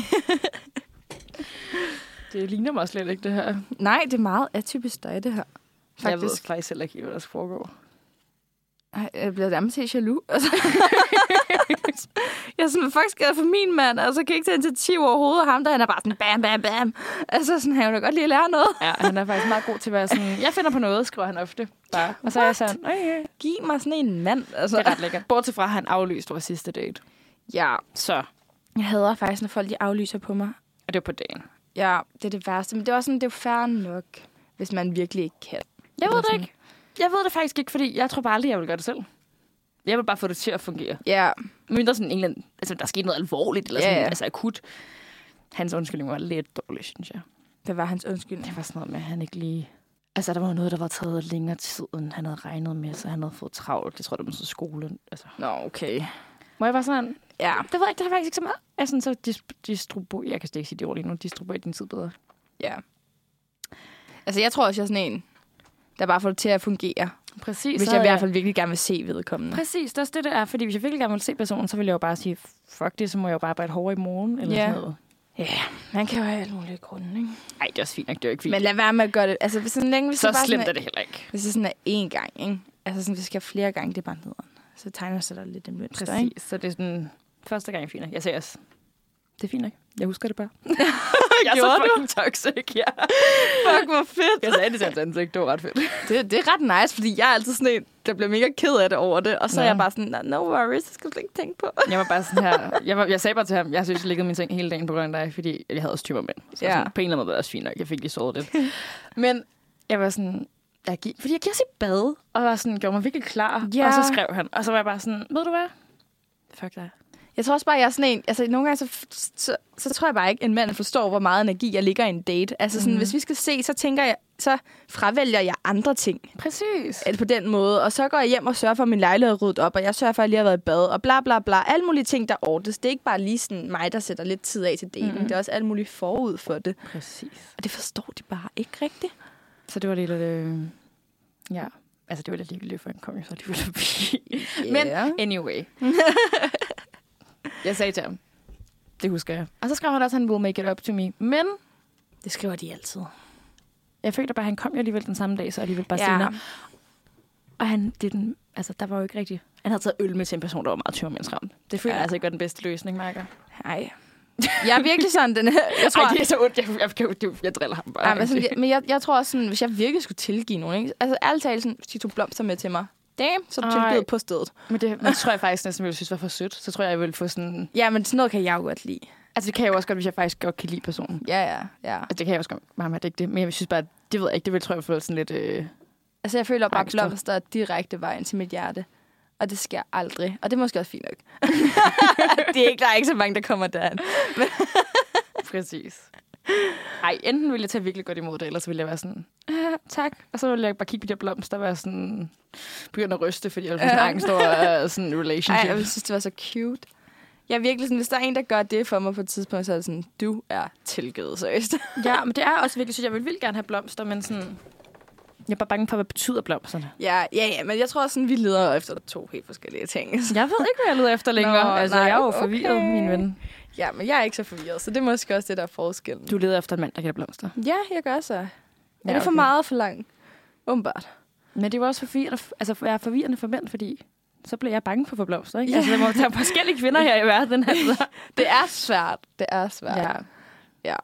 Det ligner mig slet ikke, det her. Nej, det er meget atypisk dig, det her. Faktisk. Jeg ved faktisk heller ikke, hvad der skal foregå. Ej, jeg bliver nærmest helt jaloux. Altså. Jeg er sådan, fuck skal jeg for min mand, og så kan jeg ikke tage initiativ overhovedet, og ham der, han er bare sådan, bam, bam, bam. Altså, sådan, han kan da godt lige at lære noget. Ja, han er faktisk meget god til at være sådan, jeg finder på noget, skriver han ofte. Bare. Og så er jeg sådan, okay. Giv mig sådan en mand. Altså. Det er ret lækkert. Bortset fra, at han aflyste vores sidste date. Ja. Så. Jeg hader faktisk, når folk de aflyser på mig. Og det var på dagen. Ja, det er det værste. Men det var sådan, det er jo fair nok, hvis man virkelig ikke kan. Jeg ved det ikke. Jeg ved det faktisk ikke, fordi jeg tror bare aldrig, jeg vil gøre det selv. Jeg vil bare få det til at fungere. Ja. Mindre sådan England, altså der skete noget alvorligt, eller sådan, ja, ja. altså akut. Hans undskyldning var lidt dårlig, synes jeg. Hvad var hans undskyldning? Det var sådan noget med, at han ikke lige... Altså, der var noget, der var taget længere tid, end han havde regnet med, så han havde fået travlt. Det tror jeg, det var sådan skolen. Altså. Nå, okay. Må jeg bare sådan... Ja. Det ved jeg ikke, det har faktisk ikke så meget. Jeg sådan, så dis- distribuer... Jeg kan ikke sige det ord lige nu. Distribuer din tid bedre. Ja. Altså, jeg tror også, jeg er sådan en, der bare får det til at fungere. Præcis. Hvis jeg i hvert fald virkelig gerne vil se vedkommende. Præcis, det er også det, det er. Fordi hvis jeg virkelig gerne vil se personen, så vil jeg jo bare sige, fuck det, så må jeg jo bare arbejde hårdere i morgen. Eller ja. sådan noget. Ja, man kan jo have alle mulige grunde, ikke? Ej, det er også fint nok, det er jo ikke fint. Men lad være med at gøre det. Altså, hvis sådan længe, hvis så det bare slemt er, er det heller ikke. Hvis det sådan er én gang, ikke? Altså, sådan, hvis det skal flere gange, det er bare nederen. Så tegner sig der lidt en mønster, Præcis, ikke? så det er sådan, første gang fint. Jeg ser også, det er fint nok. Jeg husker det bare. jeg er så fucking toxic, ja. Fuck, hvor fedt. Jeg sagde det til hans ansigt, det var ret fedt. Det, det er ret nice, fordi jeg er altid sådan en, der bliver mega ked af det over det. Og så Nå. er jeg bare sådan, no worries, det skal du ikke tænke på. Jeg var bare sådan her, jeg, var, jeg sagde bare til ham, jeg synes, jeg liggede min seng hele dagen på grund af dig, fordi jeg havde også tømmermænd. Så ja. Sådan, på en eller anden måde var det også fint nok, jeg fik lige sovet lidt. Men jeg var sådan, jeg gik, fordi jeg gik også i bad, og var sådan, gjorde mig virkelig klar. Ja. Og så skrev han, og så var jeg bare sådan, ved du hvad? Fuck dig. Jeg tror også bare, jeg er sådan en... Altså, nogle gange, så, så, så tror jeg bare ikke, en mand forstår, hvor meget energi jeg ligger i en date. Altså, sådan, mm. hvis vi skal se, så tænker jeg... Så fravælger jeg andre ting. Præcis. På den måde. Og så går jeg hjem og sørger for, at min lejlighed er ryddet op, og jeg sørger for, at jeg lige har været i bad, og bla bla bla. Alle mulige ting, der ordnes. Det er ikke bare lige sådan mig, der sætter lidt tid af til daten. Mm. Det er også alle mulige forud for det. Præcis. Og det forstår de bare ikke rigtigt. Så det var lidt... Øh... Ja. Altså, det var lidt ligegyldigt, for en kom jo så lige forbi. Yeah. Men anyway... Jeg sagde til ham, det husker jeg. Og så skrev han også, at han will make it up to me. Men det skriver de altid. Jeg følte bare, at han kom jo alligevel den samme dag, så alligevel bare ja. senere. Og han, det den, altså, der var jo ikke rigtigt. Han havde taget øl med til en person, der var meget tømmermændsramt. Det føler ja. jeg altså ikke var den bedste løsning, Marker. Nej. Jeg er virkelig sådan, den her... Jeg tror, Ej, det er så ondt. Jeg, jeg, jeg, jeg, jeg driller ham bare. Ja, men, altså, jeg, men jeg, jeg tror også sådan, hvis jeg virkelig skulle tilgive nogen, ikke? Altså ærligt talt, sådan, hvis de tog blomster med til mig, damn, så tilgivet på stedet. Men det men, tror jeg faktisk næsten, ville synes var for sødt. Så tror jeg, jeg ville få sådan... Ja, men sådan noget kan jeg jo godt lide. Altså, det kan jeg jo også godt, hvis jeg faktisk godt kan lide personen. Ja, ja, ja. Altså, det kan jeg også godt. Meget med, det ikke det. Men jeg synes bare, det ved jeg ikke. Det vil tror jeg, føle sådan lidt... Øh, altså, jeg føler bare blomster direkte vejen til mit hjerte. Og det sker aldrig. Og det er måske også fint nok. det er ikke, der er ikke så mange, der kommer derhen. Præcis. Ej, enten ville jeg tage virkelig godt imod det, eller så ville jeg være sådan, ah, tak. Og så ville jeg bare kigge på de her blomster og være sådan, begynde at ryste, fordi jeg ville få sådan angst over uh, sådan en relationship. Ej, jeg synes, det var så cute. Jeg er virkelig sådan, hvis der er en, der gør det for mig på et tidspunkt, så er det sådan, du er tilgivet, seriøst. Ja, men det er også virkelig, så jeg vil vildt gerne have blomster, men sådan, jeg er bare bange for, hvad betyder blomsterne. Ja, ja, ja, men jeg tror sådan, vi leder efter to helt forskellige ting. Jeg ved ikke, hvad jeg leder efter længere. Nå, altså, nej, jeg er jo okay. forvirret, min ven. Ja, men jeg er ikke så forvirret, så det er måske også det, der er forskellen. Du leder efter en mand, der kan have blomster? Ja, jeg gør så. Er ja, det for okay. meget for langt? Umiddelbart. Men det var også forvirrende, altså være forvirrende for mænd, fordi så blev jeg bange for at få blomster, ikke? Ja. Altså, der må tage forskellige kvinder her i verden. Altså. Det er svært. Det er svært. Ja. Ja.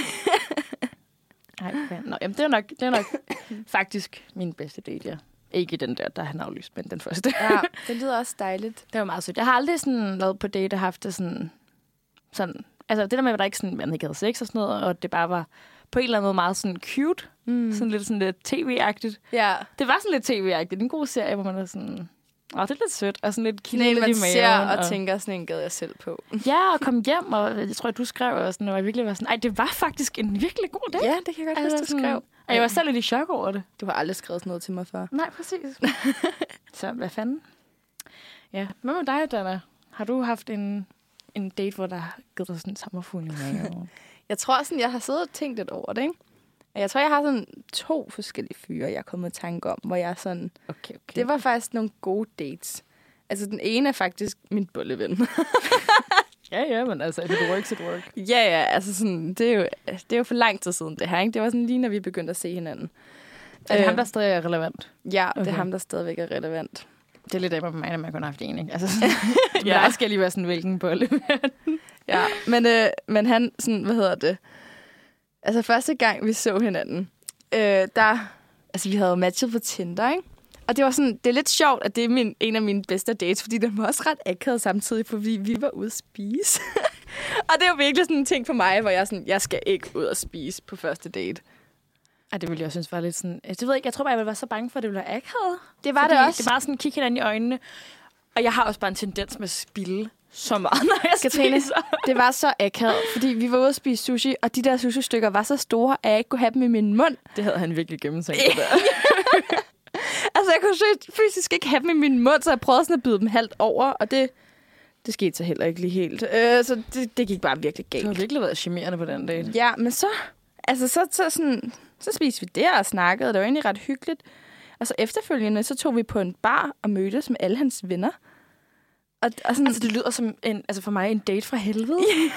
Ej, okay. Nå, jamen, det er nok, det er nok faktisk min bedste date, ja. Ikke den der, der han aflyst, men den første. Ja, det lyder også dejligt. Det var meget sødt. Jeg har aldrig sådan været på date og haft det sådan... sådan altså, det der med, at der ikke sådan, man ikke havde sex og sådan noget, og det bare var på en eller anden måde meget sådan cute. Mm. Sådan lidt, sådan lidt tv-agtigt. Ja. Det var sådan lidt tv-agtigt. Det er en god serie, hvor man er sådan... Åh, det er lidt sødt. Og sådan lidt kilde lidt i maven. Man ser og, og tænker, sådan en gad jeg selv på. Ja, og kom hjem, og jeg tror, at du skrev også, sådan, og jeg virkelig var sådan, ej, det var faktisk en virkelig god dag. Ja, det kan jeg godt huske, du skrev. Og jeg var selv lidt i chok over det. Du har aldrig skrevet sådan noget til mig før. Nej, præcis. Så hvad fanden? Ja, hvad med dig, Dana? Har du haft en, en date, hvor der har givet dig sådan en sommerfugl i maven? Jeg tror sådan, jeg har siddet og tænkt lidt over det, ikke? Jeg tror, jeg har sådan to forskellige fyre, jeg er kommet i tanke om, hvor jeg sådan... Okay, okay. Det var faktisk nogle gode dates. Altså, den ene er faktisk min bolleven. ja, ja, men altså, if it works, it works. Ja, ja, altså sådan, det er, jo, det er jo for lang tid siden, det her, ikke? Det var sådan lige, når vi begyndte at se hinanden. Er det øh, ham, der stadig er relevant? Ja, okay. Det er ham, der stadigvæk er relevant. Det er lidt af mig, at man kun har haft en, ikke? Altså, sådan, ja. Der skal lige være sådan, hvilken bolle. ja, men, øh, men han, sådan, hvad hedder det? Altså, første gang, vi så hinanden, øh, der... Altså, vi havde matchet på Tinder, ikke? Og det var sådan... Det er lidt sjovt, at det er min, en af mine bedste dates, fordi det var også ret akavet samtidig, fordi vi var ude at spise. Og det er jo virkelig sådan en ting for mig, hvor jeg sådan... Jeg skal ikke ud at spise på første date. Ej, det ville jeg synes var lidt sådan... Det ved jeg ikke, jeg tror bare, jeg ville være så bange for, at det ville være akavet. Det var det også. Det var sådan, kigge hinanden i øjnene. Og jeg har også bare en tendens med at spilde så meget, når jeg Katrine, spiser. Det var så akavet, fordi vi var ude at spise sushi, og de der sushi-stykker var så store, at jeg ikke kunne have dem i min mund. Det havde han virkelig gennemtænkt, det der. Altså, jeg kunne fysisk ikke have dem i min mund, så jeg prøvede sådan at byde dem halvt over, og det, det skete så heller ikke lige helt. Øh, så det, det gik bare virkelig galt. Du har virkelig været charmerende på den dag. Ja, men så, altså, så, så, sådan, så spiste vi der og snakkede, og det var egentlig ret hyggeligt. Og så efterfølgende, så tog vi på en bar og mødtes med alle hans venner. Og, og sådan, altså, det lyder som en, altså for mig en date fra helvede.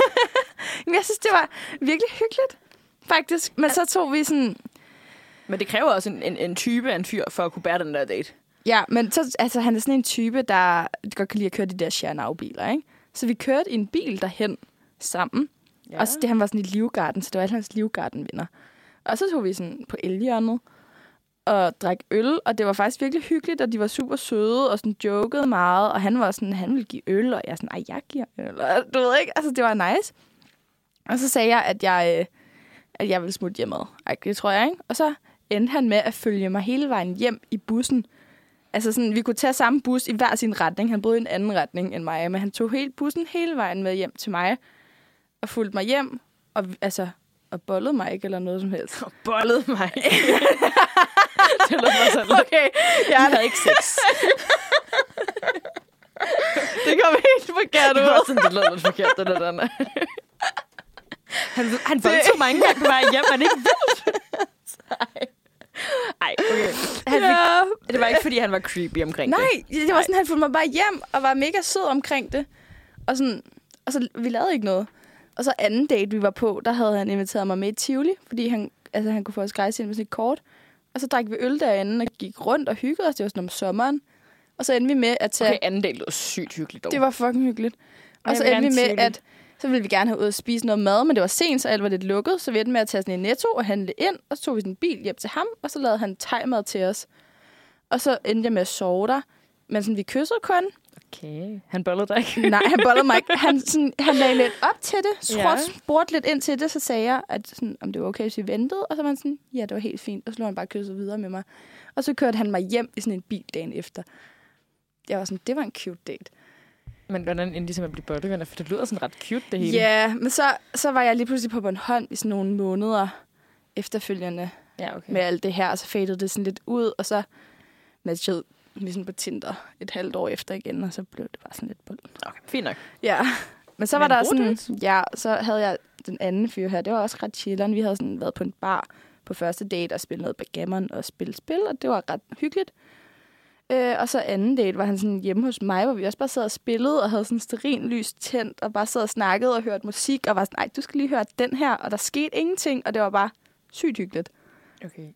Men jeg synes, det var virkelig hyggeligt, faktisk. Men så tog vi sådan... Men det kræver også en, en, en type af en fyr, for at kunne bære den der date. Ja, men så, altså, han er sådan en type, der godt kan lide at køre de der Schernau-biler, ikke? Så vi kørte i en bil derhen sammen. Ja. Og så, det, han var sådan i Livgarden, så det var alle hans Livgarden-venner. Og så tog vi sådan på Elhjørnet og drak øl, og det var faktisk virkelig hyggeligt, og de var super søde og sådan jokede meget, og han var sådan, han ville give øl, og jeg sådan, ej, jeg giver øl, og du ved ikke, altså det var nice. Og så sagde jeg, at jeg, øh, at jeg ville smutte hjemad. Ej, det tror jeg, ikke? Og så endte han med at følge mig hele vejen hjem i bussen. Altså sådan, vi kunne tage samme bus i hver sin retning. Han boede i en anden retning end mig, men han tog hele bussen hele vejen med hjem til mig, og fulgte mig hjem, og altså, og bollede mig ikke, eller noget som helst. Og bollede mig det lød mig sådan. Okay, jeg havde ikke sex. Det kom helt forkert ud. Det var sådan, det lød lidt forkert, det der der. Han, han voldtog mig ikke engang på vej hjem, men ikke vildt. Ej, okay. Han ja. fik, det var ikke, fordi han var creepy omkring Nej, det. Nej, det var sådan, han fulgte mig bare hjem, og var mega sød omkring det. Og, sådan, og så, vi lavede ikke noget. Og så anden date, vi var på, der havde han inviteret mig med i Tivoli, fordi han, altså, han kunne få os grejse ind med sit kort. Og så drak vi øl derinde og gik rundt og hyggede os. Det var sådan om sommeren. Og så endte vi med at tage... Okay, anden date lød sygt hyggeligt dog. Det var fucking hyggeligt. Og, og så endte vi med, at så ville vi gerne have ud og spise noget mad, men det var sent, så alt var lidt lukket. Så vi endte med at tage sådan en Netto og handle ind, og så tog vi sådan en bil hjem til ham, og så lavede han thai-mad til os. Og så endte jeg med at sove der. Men sådan, vi kyssede kun. Okay. Han bollede dig ikke? Nej, han bollede mig ikke. Han, sådan, han lagde lidt op til det, så ja. spurgte lidt ind til det, så sagde jeg, at, sådan, om det var okay, hvis vi ventede. Og så var han sådan, ja, det var helt fint. Og så lå han bare kysset videre med mig. Og så kørte han mig hjem i sådan en bil dagen efter. Jeg var sådan, det var en cute date. Men hvordan endte ligesom at blive bollevenner? For det lyder sådan ret cute, det hele. Ja, men så, så var jeg lige pludselig på Bornholm i sådan nogle måneder efterfølgende ja, okay. med alt det her. Og så fadede det sådan lidt ud, og så matchede ligesom på Tinder et halvt år efter igen, og så blev det bare sådan lidt bold. Okay, fint nok. Ja, men så men var der sådan, det? ja, så havde jeg den anden fyr her, det var også ret chilleren. Vi havde sådan været på en bar på første date og spillet noget backgammon og spillet spil, og det var ret hyggeligt. Øh, og så anden date var han sådan hjemme hos mig, hvor vi også bare sad og spillede og havde sådan stearinlys tændt og bare sad og snakkede og hørte musik og var sådan, nej, du skal lige høre den her, og der skete ingenting, og det var bare sygt hyggeligt. Okay.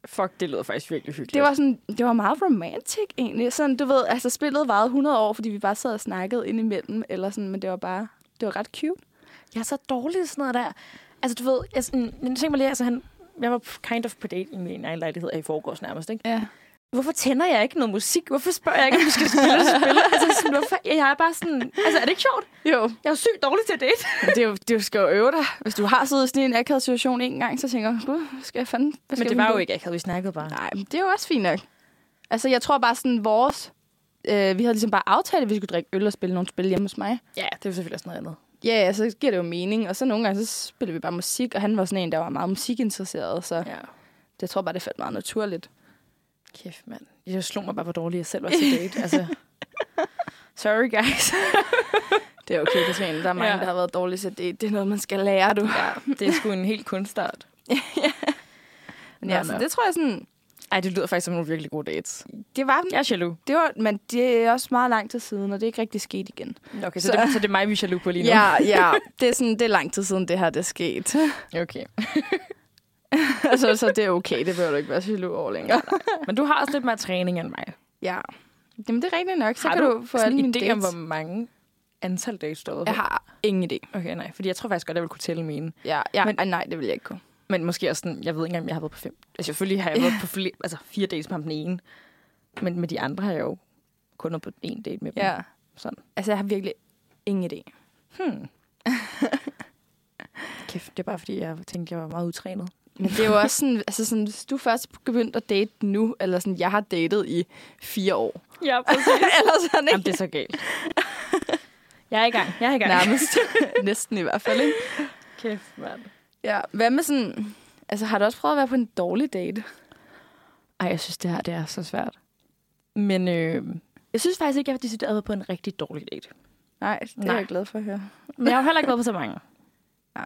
Fuck, det lyder faktisk virkelig hyggeligt. Det var, sådan, det var meget romantic, egentlig. Sådan, du ved, altså spillet varede hundrede år, fordi vi bare sad og snakkede ind imellem, eller sådan, men det var bare, det var ret cute. Jeg er så dårlig til sådan noget der. Altså, du ved, jeg, sådan, jeg tænker mig lige, altså han, jeg var kind of på date i min egen lejlighed i forgårs nærmest, ikke? Ja. Hvorfor tænder jeg ikke noget musik? Hvorfor spørger jeg ikke, om vi skal spille spil? Altså, sådan, hvorfor? Jeg er bare sådan... Altså, er det ikke sjovt? Jo. Jeg er jo sygt dårlig til at date. det er jo, du skal jo øve dig. Hvis du har siddet i sådan en akavet situation en gang, så tænker du, skal jeg fandme... Men det var jo ikke akavet, vi snakkede bare. Nej, men det er jo også fint nok. Altså, jeg tror bare sådan, vores... Øh, vi havde ligesom bare aftalt, at vi skulle drikke øl og spille nogle spil hjemme hos mig. Ja, det er jo selvfølgelig også noget andet. Ja, yeah, så giver det jo mening. Og så nogle gange, så spiller vi bare musik, og han var sådan en, der var meget musikinteresseret, så... Ja. Jeg tror bare, det faldt meget naturligt. Kæft, mand. Jeg slog mig bare, hvor dårlig jeg selv var til date. Altså, sorry, guys. Det er okay, Katrine. Der er mange, ja. der har været dårlige til date. Det er noget, man skal lære, du. Ja, det er sgu en helt kunststart. ja. Men ja, så det tror jeg sådan... Ej, det lyder faktisk som nogle virkelig gode dates. Det var... Jeg er jaloux. Det var, men det er også meget lang tid siden, og det er ikke rigtig sket igen. Okay, så, så, det, så det er mig, vi er jaloux på lige nu? Ja, ja. Det er, sådan, det er lang tid siden, det her det er sket. Okay. altså, så det er okay. Det behøver du ikke være jaloux over længere. Men du har også lidt mere træning end mig. Ja. Jamen, det er rigtigt nok. Så har kan du, du få alle mine idé dates. om, hvor mange antal dates du har? Jeg har ingen idé. Okay, nej. Fordi jeg tror faktisk godt, jeg ville kunne tælle mine. Ja, ja. Men, nej, det vil jeg ikke kunne. Men måske også sådan, jeg ved ikke engang, om jeg har været på fem. Altså selvfølgelig har jeg været på flere, altså fire dates med ham den ene. Men med de andre har jeg jo kun været på en date med dem. Ja. Sådan. Altså, jeg har virkelig ingen idé. Hmm. Kæft, det er bare fordi, jeg tænkte, jeg var meget udtrænet. Men det er jo også sådan, altså sådan, hvis du først begyndt at date nu, eller sådan, jeg har datet i fire år. Ja, præcis. eller sådan, ikke? Jamen, det er så galt. Jeg er i gang, jeg er i gang. Nærmest. Næsten i hvert fald, ikke? Kæft, mand. Ja, hvad med sådan, altså har du også prøvet at være på en dårlig date? Ej, jeg synes, det her det er så svært. Men øh, jeg synes faktisk ikke, jeg har decideret på en rigtig dårlig date. Nej, det Nej. er jeg glad for at høre. Men jeg har heller ikke været på så mange. Nej.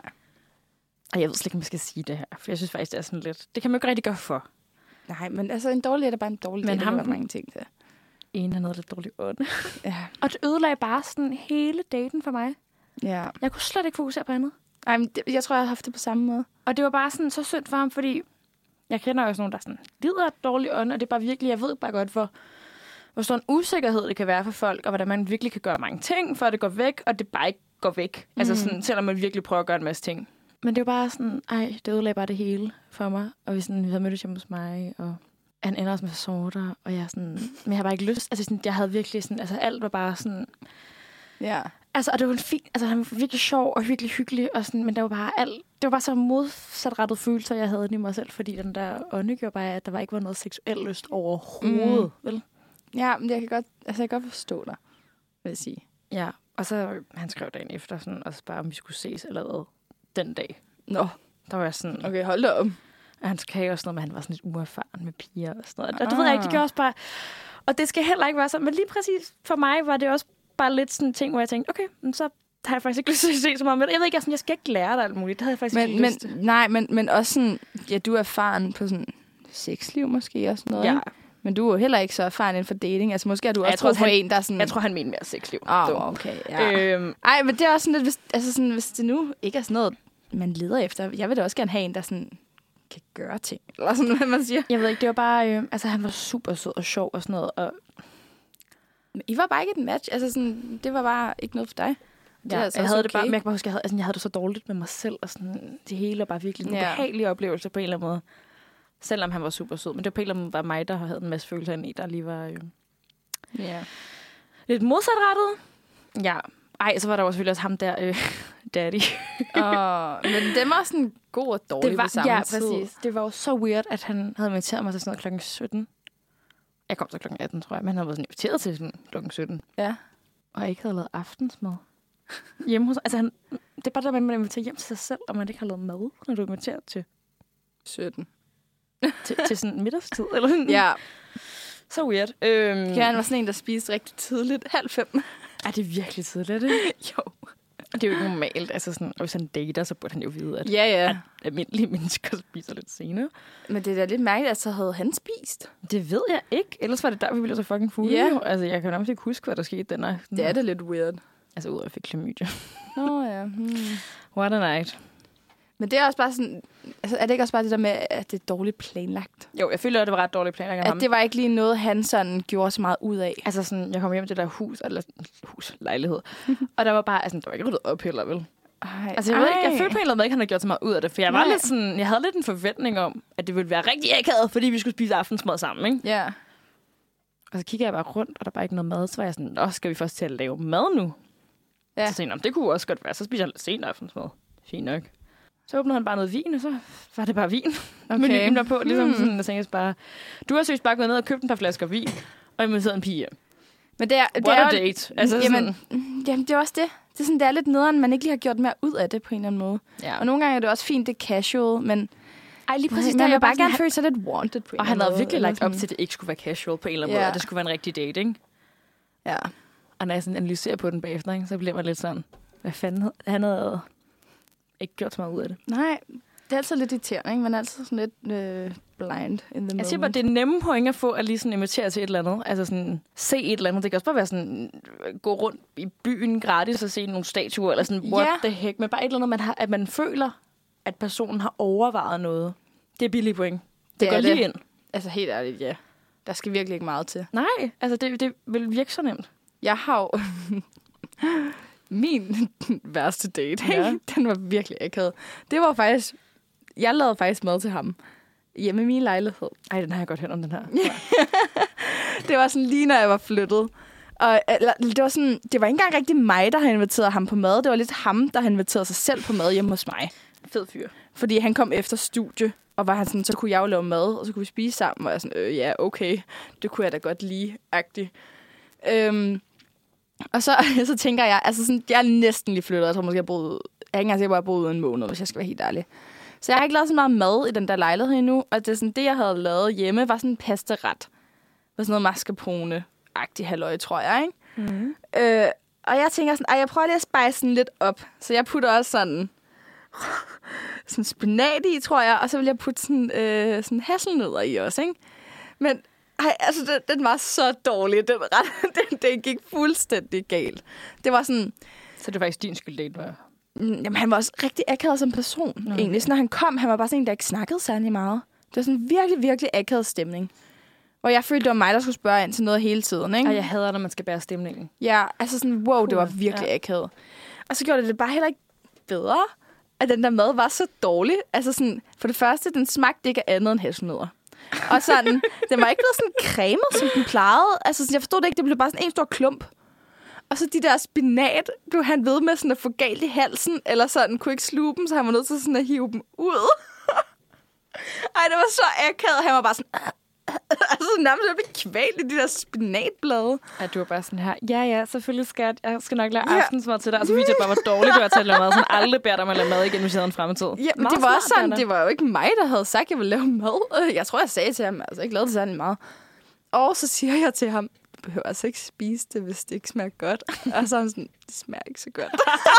Og jeg ved slet ikke, om jeg skal sige det her, for jeg synes faktisk, det er sådan lidt... Det kan man jo ikke rigtig gøre for. Nej, men altså en dårlig er da bare en dårlig men date. ham, der mange ting til. En han havde lidt dårlig ånd. Ja. Og det ødelagde bare sådan hele daten for mig. Ja. Jeg kunne slet ikke fokusere på andet. Ej, men det, jeg tror, jeg har haft det på samme måde. Og det var bare sådan så synd for ham, fordi jeg kender jo sådan nogen, der sådan lider af dårlig ånd, og det er bare virkelig, jeg ved bare godt, hvor, hvor stor en usikkerhed det kan være for folk, og hvordan man virkelig kan gøre mange ting, for at det går væk, og det bare ikke går væk. Mm. Altså sådan, selvom man virkelig prøver at gøre en masse ting. Men det var bare sådan, ej, det ødelagde bare det hele for mig. Og vi, sådan, vi havde mødtes hjemme hos mig, og han ender også med sorter, og jeg sådan, men jeg har bare ikke lyst. Altså sådan, jeg havde virkelig sådan, altså alt var bare sådan... Ja. Altså, og det var en fin, altså han var virkelig sjov og virkelig hyggelig, og sådan, men det var bare alt, det var bare så modsatrettet følelser, jeg havde i mig selv, fordi den der ånde gjorde bare, at der var ikke var noget seksuel lyst overhovedet, mm. vel? Ja, men jeg kan godt, altså jeg kan godt forstå dig, vil jeg sige. Ja, og så han skrev dagen efter, sådan, og så bare, om vi skulle ses eller hvad, den dag. Nå. Der var jeg sådan... Okay, hold da op. Og han skrev også noget med, at han var sådan lidt uerfaren med piger og sådan noget. Og det ved jeg ikke, det gjorde også bare... Og det skal heller ikke være sådan, men lige præcis for mig var det også bare lidt sådan en ting, hvor jeg tænkte, okay, så har jeg faktisk ikke lyst til at se så meget med det. Jeg ved ikke, jeg, sådan, jeg skal ikke lære dig alt muligt. Det havde jeg faktisk men, ikke men, lyst til. Nej, men, men også sådan, ja, du er erfaren på sådan sexliv måske og sådan noget. Ja. Ikke? Men du er jo heller ikke så erfaren inden for dating. Altså måske er du også tror, på han, en, der er sådan... Jeg tror, han mener mere sexliv. Åh, oh, okay, ja. Øhm. Ej, men det er også sådan lidt, hvis, altså sådan, hvis det nu ikke er sådan noget, man leder efter. Jeg vil da også gerne have en, der sådan kan gøre ting. Eller sådan, hvad man siger. Jeg ved ikke, det var bare... Øh, altså, han var super sød og sjov og sådan noget. Og men I var bare ikke et match. Altså sådan, det var bare ikke noget for dig. Det ja, altså jeg havde okay. det bare, men jeg kan bare huske, jeg havde, altså, jeg havde det så dårligt med mig selv, og sådan, det hele var bare virkelig en ja. behagelig oplevelse på en eller anden måde. Selvom han var super sød, men det var på en eller anden måde bare mig, der havde en masse følelser ind i, der lige var øh, ja. lidt modsatrettet. Ja, ej, så var der jo selvfølgelig også ham der, øh, daddy. oh, men det var sådan en god og dårlig det var, på samme ja, tid. præcis. Det var jo så weird, at han havde inviteret mig til sådan noget klokken sytten. Jeg kom så klokken atten, tror jeg, men han havde været sådan inviteret til sådan klokken sytten. Ja. Og jeg ikke havde lavet aftensmad. Hjemme hos, altså han, det er bare der, at man inviterer hjem til sig selv, og man ikke har lavet mad, når du er inviteret til sytten. til, til sådan middagstid, eller sådan. Ja. Så weird. Øhm, ja, han var sådan en, der spiste rigtig tidligt. Halv fem. Er det virkelig tidligt, er det? Jo. Det er jo ikke normalt. Altså sådan, og hvis han dater, så burde han jo vide, at, ja, ja. at almindelige mennesker spiser lidt senere. Men det er da lidt mærkeligt, at så havde han spist. Det ved jeg ikke. Ellers var det der, vi blev så fucking fulde. Ja. Altså, jeg kan nærmest ikke huske, hvad der skete den aften. Det er det lidt weird. Altså, ud af at jeg fik klamydia. Nå ja. Hmm. What a night. Men det er også bare sådan... Altså, er det ikke også bare det der med, at det er dårligt planlagt? Jo, jeg føler, at det var ret dårligt planlagt af ham. At det var ikke lige noget, han sådan gjorde så meget ud af. Altså sådan, jeg kom hjem til det der hus, eller hus, lejlighed. Og der var bare, altså, der var ikke ryddet op heller, vel? Ej, altså, jeg, ved ikke, jeg følte på en eller anden måde, ikke, han havde gjort så meget ud af det. For jeg var lidt sådan, jeg havde lidt en forventning om, at det ville være rigtig akavet, fordi vi skulle spise aftensmad sammen, ikke? Ja. Og så kigger jeg bare rundt, og der er bare ikke noget mad. Så var jeg sådan, åh, skal vi først til at lave mad nu? Ja. Så tænkte jeg, det kunne også godt være. Så spiser jeg lidt sent aftensmad. Fint nok. Så åbnede han bare noget vin, og så var det bare vin. Okay. Menuen der på, ligesom hmm. sådan, og tænkte bare, du har seriøst bare gået ned og købt et par flasker vin, og inviteret en pige hjem. Men det er, What det er a date. Altså, jamen, jamen, det er også det. Det er sådan, det er lidt nederen, man ikke lige har gjort mere ud af det på en eller anden måde. Ja. Og nogle gange er det også fint, det er casual, men... Ej, lige præcis. Man vil bare, bare gerne føle sig lidt wanted på en og han havde måde, virkelig lagt sådan. op til, at det ikke skulle være casual på en eller anden ja. måde, og det skulle være en rigtig date, ikke? Ja. Og når jeg sådan analyserer på den bagefter, ikke, så bliver man lidt sådan, hvad fanden, han havde ikke gjort så meget ud af det. Nej, det er altid lidt irriterende, ikke? Man er altid sådan lidt øh, blind in the moment. Jeg siger bare, det er nemme point at få at lige sådan invitere til et eller andet. Altså sådan, se et eller andet. Det kan også bare være sådan, gå rundt i byen gratis og se nogle statuer, eller sådan, what yeah. the heck. Men bare et eller andet, man har, at man føler, at personen har overvejet noget. Det er billige point. Det, det går lige det. ind. Altså helt ærligt, ja. Der skal virkelig ikke meget til. Nej, altså det, det vil virke så nemt. Jeg har jo... Min værste date, ja. Den var virkelig akavet. Det var faktisk... Jeg lavede faktisk mad til ham hjemme i min lejlighed. Ej, den har jeg godt hørt om, den her. Det var sådan lige, når jeg var flyttet. Og eller, det var sådan... Det var ikke engang rigtig mig, der havde inviteret ham på mad. Det var lidt ham, der havde inviteret sig selv på mad hjemme hos mig. Fed fyr. Fordi han kom efter studie, og var han sådan, så kunne jeg jo lave mad, og så kunne vi spise sammen. Og jeg sådan, øh, ja, okay, det kunne jeg da godt lide, agtigt. Øhm, og så, så tænker jeg, altså sådan, jeg er næsten lige flyttet. Jeg tror måske, jeg boede, jeg har ikke engang sikkert, jeg boede en måned, hvis jeg skal være helt ærlig. Så jeg har ikke lavet så meget mad i den der lejlighed endnu, og det, er sådan, det jeg havde lavet hjemme, var sådan en pastaret. Det var sådan noget mascarpone-agtigt halløj, tror jeg, ikke? Mm-hmm. Øh, og jeg tænker sådan, jeg prøver lige at spice den lidt op. Så jeg putter også sådan... sådan spinat i, tror jeg, og så vil jeg putte sådan, øh, sådan hasselnødder i også, ikke? Men ej, altså, den, den var så dårlig. Den, den, den gik fuldstændig galt. Det var sådan... Så det var faktisk din skyld, det var... Jamen, han var også rigtig akavet som person, okay. egentlig. Så når han kom, han var bare sådan en, der ikke snakkede særlig meget. Det var sådan en virkelig, virkelig akavet stemning. Hvor jeg følte, det var mig, der skulle spørge ind til noget hele tiden, ikke? Og jeg hader, når man skal bære stemningen. Ja, altså sådan, wow, cool. Det var virkelig ja. akavet. Og så gjorde det det bare heller ikke bedre, at den der mad var så dårlig. Altså sådan, for det første, den smagte ikke af andet end hasselnødder. Og sådan, den var ikke blevet sådan cremet, som den plejede. Altså sådan, jeg forstod det ikke, det blev bare sådan en stor klump. Og så de der spinat, blev han ved med sådan at få galt i halsen, eller sådan, kunne ikke sluge dem, så han var nødt til sådan at hive dem ud. Ej, det var så akavet. Han var bare sådan... altså nærmest jeg blev kvalt i de der spinatblade. Ja, du var bare sådan her, ja ja, selvfølgelig skal jeg, jeg skal nok lave ja. aftensmad til dig. Og så vidt jeg bare, hvor dårligt du var til at lave mad. Sådan aldrig beder dig om at lave mad igen, hvis jeg havde en fremtid. Ja, men det var også sådan, det var jo ikke mig, der havde sagt, at jeg ville lave mad. Jeg tror, jeg sagde til ham, altså ikke lavede det særlig meget. Og så siger jeg til ham, du behøver altså ikke spise det, hvis det ikke smager godt. Og så er han sådan, det smager ikke så godt.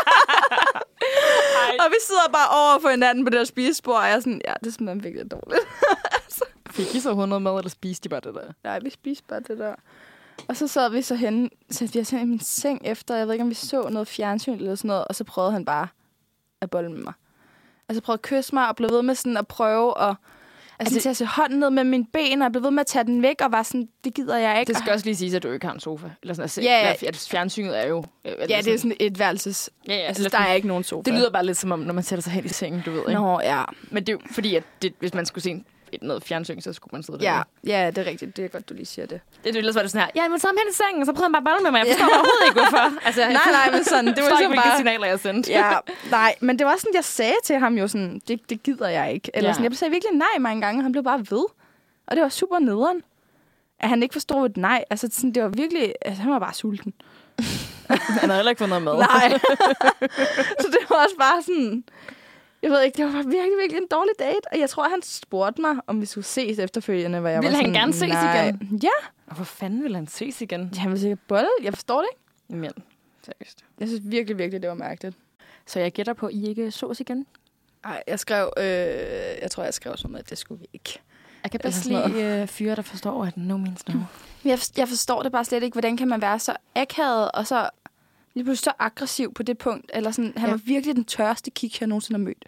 Og vi sidder bare over for hinanden på det der spisebord, og jeg er sådan, ja, det smager virkelig dårligt. altså. Fik I så hundrede mad, eller spiste de bare det der? Nej, vi spiste bare det der. Og så sad vi så henne, så vi havde i min seng efter, jeg ved ikke, om vi så noget fjernsyn eller sådan noget, og så prøvede han bare at bolle med mig. Altså prøvede at kysse mig, og blev ved med sådan at prøve at... Altså, altså tage hånden ned med mine ben, og jeg blev ved med at tage den væk, og var sådan, det gider jeg ikke. Det skal også lige sige, at du ikke har en sofa. Eller sådan at se. Ja, at fjernsynet er jo... Ja, det er sådan et værelses... Ja, ja, altså, der er ikke nogen sofa. Det lyder bare lidt som om, når man sætter sig hen i sengen, du ved, ikke? Nå, ja. Men det er jo fordi, at det, hvis man skulle se en, et, noget fjernsyn, så skulle man sidde der. Ja, ja, det er rigtigt. Det er godt, du lige siger det. Det, det var det sådan her, ja, men så ham hen i sengen, og så prøvede han bare at bolle med mig. Jeg forstår overhovedet ikke, hvorfor. Altså, nej, nej, men sådan... Det var så ikke, hvilke bare... signaler, jeg sendte. Ja, nej, men det var sådan, jeg sagde til ham jo sådan, det, det gider jeg ikke. Eller ja. sådan, jeg sagde virkelig nej mange gange, og han blev bare ved. Og det var super nederen, at han ikke forstod et nej. Altså, sådan, det var virkelig... Altså, han var bare sulten. Han havde heller ikke fået noget mad. Nej. Så det var også bare sådan... Jeg ved ikke, det var virkelig, virkelig en dårlig date. Og jeg tror, han spurgte mig, om vi skulle ses efterfølgende, hvor jeg vil var sådan... Vil han gerne ses nej. igen? Ja. Og hvor fanden vil han ses igen? Ja, han vil sikkert bolle. Jeg forstår det ikke. Men, seriøst. Jeg synes virkelig, virkelig, det var mærkeligt. Så jeg gætter på, at I ikke sås igen? Nej, jeg skrev... Øh, jeg tror, jeg skrev sådan noget, at det skulle vi ikke. Jeg kan bedst lide uh, fyre, der forstår, at no means no. Jeg, jeg forstår det bare slet ikke. Hvordan kan man være så akavet og så lige pludselig så aggressiv på det punkt? Eller sådan, han ja. var virkelig den tørste kig, jeg nogensinde har mødt.